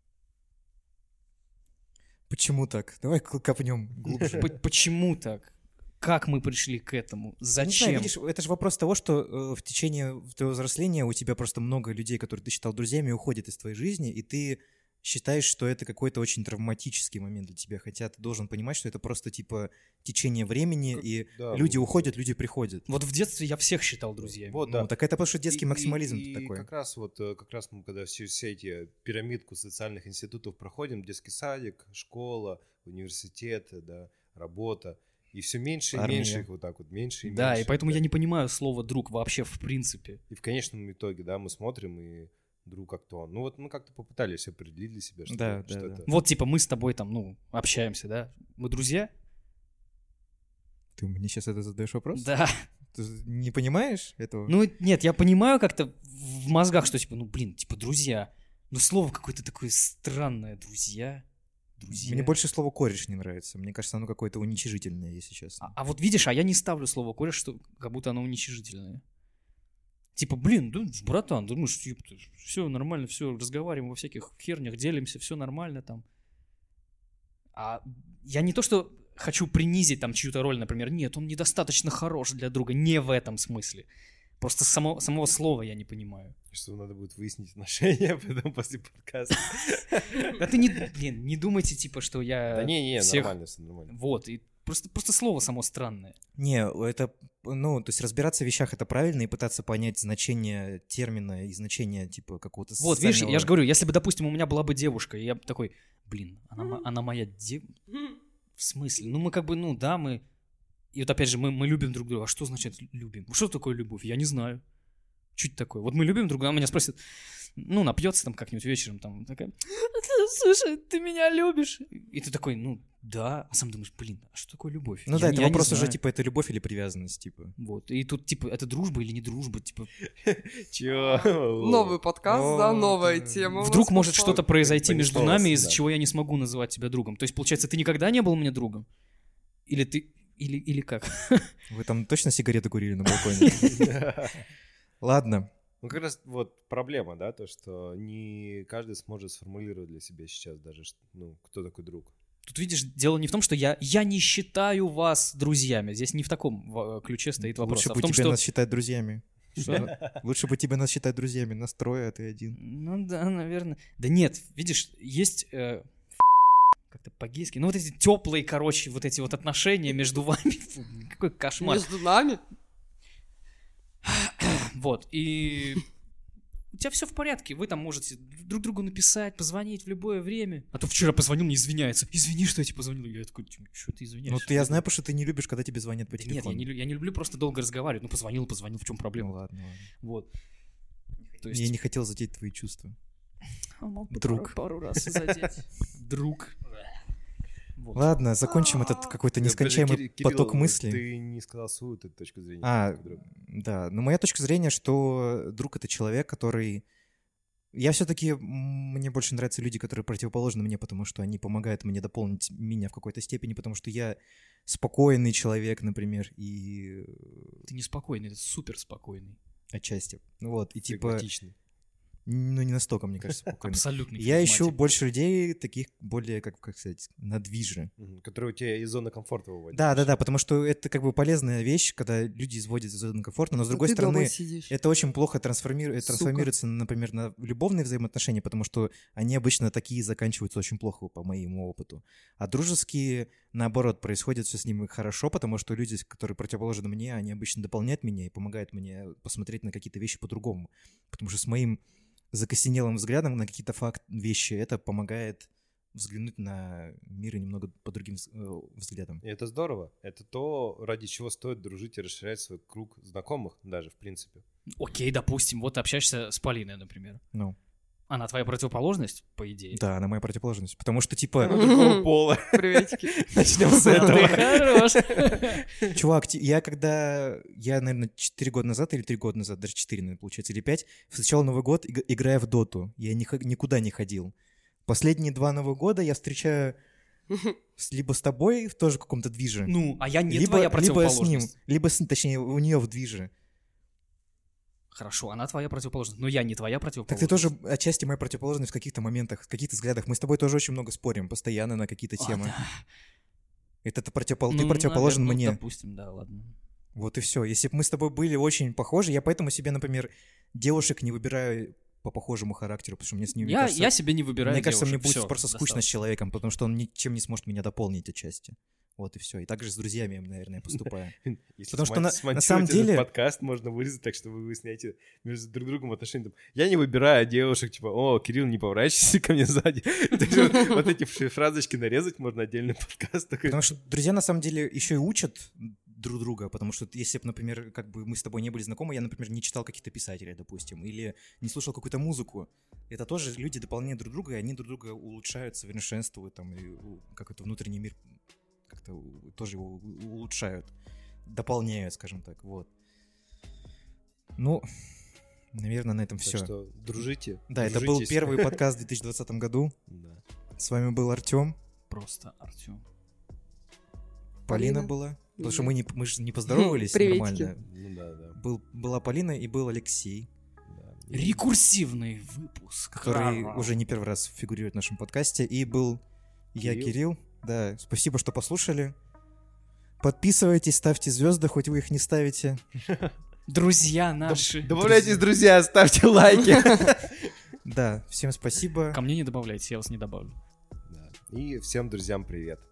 Почему так? Давай к- копнем глубже. П- Почему так? Как мы пришли к этому? Не знаю, Зачем? видишь, это же вопрос того, что э, в течение твоего взросления у тебя просто много людей, которые ты считал друзьями, уходят из твоей жизни, и ты считаешь, что это какой-то очень травматический момент для тебя, хотя ты должен понимать, что это просто типа течение времени, Как- и да, люди вот. уходят, люди приходят. Вот в детстве я всех считал друзьями. Вот, Ну, да. так это просто детский И- и- максимализм и такой. как раз вот, э, как раз мы, когда все, все эти пирамидку социальных институтов проходим, детский садик, школа, университет, да, работа, и все меньше и Армия. меньше их вот так вот, меньше и Да, меньше. и поэтому да. я не понимаю слово «друг» вообще в принципе. И в конечном итоге, да, мы смотрим, и друг как то он. Ну вот мы как-то попытались определить для себя, что, Да, что да, да. это... Вот типа мы с тобой там, ну, общаемся, да? Мы друзья? Ты мне сейчас это задаешь вопрос? Да. Ты не понимаешь этого? Ну, нет, я понимаю как-то в мозгах, что типа, ну, блин, типа друзья. Но слово какое-то такое странное. Друзья? Друзья? Мне больше слово «кореш» не нравится. Мне кажется, оно какое-то уничижительное, если честно. А, а вот видишь, а я не ставлю слово кореш, что как будто оно уничижительное. Типа, блин, да, братан, думаешь, типа, все нормально, все, разговариваем во всяких хернях, делимся, все нормально там. А я не то, что хочу принизить там чью-то роль, например, нет, он недостаточно хорош для друга, не в этом смысле. Просто само, самого слова я не понимаю. Что надо будет выяснить отношения потом после подкаста. Да ты не, блин, не думайте, типа, что я Да не-не, всех... нормально, все нормально. Вот, и просто, просто слово само странное. Не, это, ну, то есть разбираться в вещах — это правильно, и пытаться понять значение термина и значение, типа, какого-то Вот, видишь, социального- я же говорю, если бы, допустим, у меня была бы девушка, и я бы такой, блин, она, мо- она моя девушка? В смысле? Ну, мы как бы, ну, да, мы... И вот опять же, мы, мы любим друг друга. А что значит любим? Что такое любовь? Я не знаю. Чуть такое. Вот мы любим друг друга, она меня спросит, ну, напьется там как-нибудь вечером, там, такая, слушай, ты меня любишь? И ты такой, ну, да. А сам думаешь, блин, а что такое любовь? Ну Я да, не- это я не вопрос уже, знаю. типа, это любовь или привязанность, типа. Вот. И тут, типа, это дружба или не дружба, типа... Чё? Новый подкаст, да, О, новая да. тема. у Вдруг нас может пошла. что-то произойти между Понеслось, нами, из-за да. чего я не смогу называть тебя другом. То есть, получается, ты никогда не был мне другом? Или ты... Или, или как? Вы там точно сигареты курили на балконе? Ладно. Ну, как раз вот проблема, да, то, что не каждый сможет сформулировать для себя сейчас даже, ш- ну, кто такой друг. Тут, видишь, дело не в том, что я, я не считаю вас друзьями. Здесь не в таком в- ключе стоит вопрос. Лучше а в бы том, тебе что... нас считать друзьями. Что? Лучше бы тебе нас считать друзьями. Нас трое, а ты один. Ну да, наверное. Да нет, видишь, есть... э, как-то по-гейски. Ну вот эти теплые, короче, вот эти вот отношения между вами. Фу, какой кошмар. Между нами? Вот, и у тебя все в порядке, вы там можете друг другу написать, позвонить в любое время. А то вчера позвонил, мне извиняется. Извини, что я тебе позвонил. Я такой, что ты извиняешься? Ну, ты, я знаю, потому что ты не любишь, когда тебе звонят по Да нет, я телефону. не, лю- я не люблю просто долго разговаривать. Ну, позвонил, позвонил, в чем Ну, проблема? ладно, ладно. Вот. То есть... Я не хотел задеть твои чувства. А, мог бы Друг. Пару, пару раз задеть. Друг. Вот. Ладно, закончим этот какой-то Да, нескончаемый подожди, Кир- поток Кирилл, мыслей. Ты не сказал свою т- точку зрения. А, как друг. да. Но моя точка зрения, что друг — это человек, который... Я все-таки... Мне больше нравятся люди, которые противоположны мне, потому что они помогают мне дополнить меня в какой-то степени, потому что я спокойный человек, например, и... Ты неспокойный, ты супер спокойный. Отчасти. Вот, и типа... Флегматичный. Ну, не настолько, мне кажется, спокойный. Абсолютно. Я ищу больше людей, таких более, как, как сказать, на движе. Мгм, который у тебя из зоны комфорта выводит. Да, да, да, потому что это как бы полезная вещь, когда люди изводят из зоны комфорта, но с А другой ты дома стороны, сидишь. это очень плохо трансформирует, Сука. трансформируется, например, на любовные взаимоотношения, потому что они обычно такие заканчиваются очень плохо, по моему опыту. А дружеские, наоборот, происходит все с ними хорошо, потому что люди, которые противоположны мне, они обычно дополняют меня и помогают мне посмотреть на какие-то вещи по-другому. Потому что с моим закостенелым взглядом на какие-то факт вещи это помогает взглянуть на мир и немного по другим вз- э, взглядам. И это здорово. Это то, ради чего стоит дружить и расширять свой круг знакомых даже, в принципе. Окей, допустим, вот ты общаешься с Полиной, например. Ну, Она твоя противоположность, по идее? да, она моя противоположность. Потому что, типа, Другого пола. Приветики. начнем с Ты этого. хорош. Чувак, ти- я когда... Я, наверное, четыре года назад или три года назад, даже четыре, наверное, получается, или пять, встречал Новый год, иг- играя в доту. Я ни х- никуда не ходил. Последние два Нового года я встречаю с- либо с тобой в тоже каком-то движе, Ну, а я не либо, твоя либо с ним, противоположность. либо, с, точнее, у нее в движе. Хорошо, она твоя противоположность, но я не твоя Так противоположность. ты тоже отчасти моя противоположность в каких-то моментах, в каких-то взглядах. Мы с тобой тоже очень много спорим, постоянно на какие-то А, темы. да. Это ты, противопол... Ну, ты противоположен наверное, ну, мне. допустим, да, ладно. Вот и все. Если бы мы с тобой были очень похожи, я поэтому себе, например, девушек не выбираю по похожему характеру, потому что мне с ними, мне Я, кажется, я себе не выбираю мне кажется, мне девушек, будет всё, просто скучно с достаточно. человеком, потому что он ничем не сможет меня дополнить отчасти. Вот и все. И так же с друзьями, я, наверное, поступаю. Если Потому что смон- на- на смонтировать самом этот деле- подкаст можно вырезать так, что вы выясняете между друг другом отношения. Там, я не выбираю девушек, типа, о, Кирилл, не поворачивайся ко мне сзади. То есть вот- Вот эти ф- фразочки нарезать можно отдельный подкаст. такой. Потому что друзья, на самом деле, еще и учат друг друга, потому что если бы, например, как бы мы с тобой не были знакомы, я, например, не читал каких-то писателей, допустим, или не слушал какую-то музыку, это тоже люди дополняют друг друга, и они друг друга улучшают, совершенствуют, там, и у- как это внутренний мир как-то у- тоже его у- улучшают, дополняют, скажем так, вот. Ну, наверное, на этом Так все. что дружите. Да, это был дружитесь. первый подкаст в две тысячи двадцатом году. Да. С вами был Артем, Просто Артем. Полина Полина. была. Потому что Мгм. мы, не, мы же не поздоровались Приветики. нормально. Ну да, да. Был, была Полина и был Алексей, да. И- Рекурсивный выпуск. который уже не первый раз фигурирует в нашем подкасте. И был я, Кирилл. Кирилл. Да, спасибо, что послушали. Подписывайтесь, ставьте звезды, хоть вы их не ставите. Друзья наши. Добавляйтесь, друзья, ставьте лайки. Да, всем спасибо. Ко мне не добавляйте, я вас не добавлю. Да. И всем друзьям привет.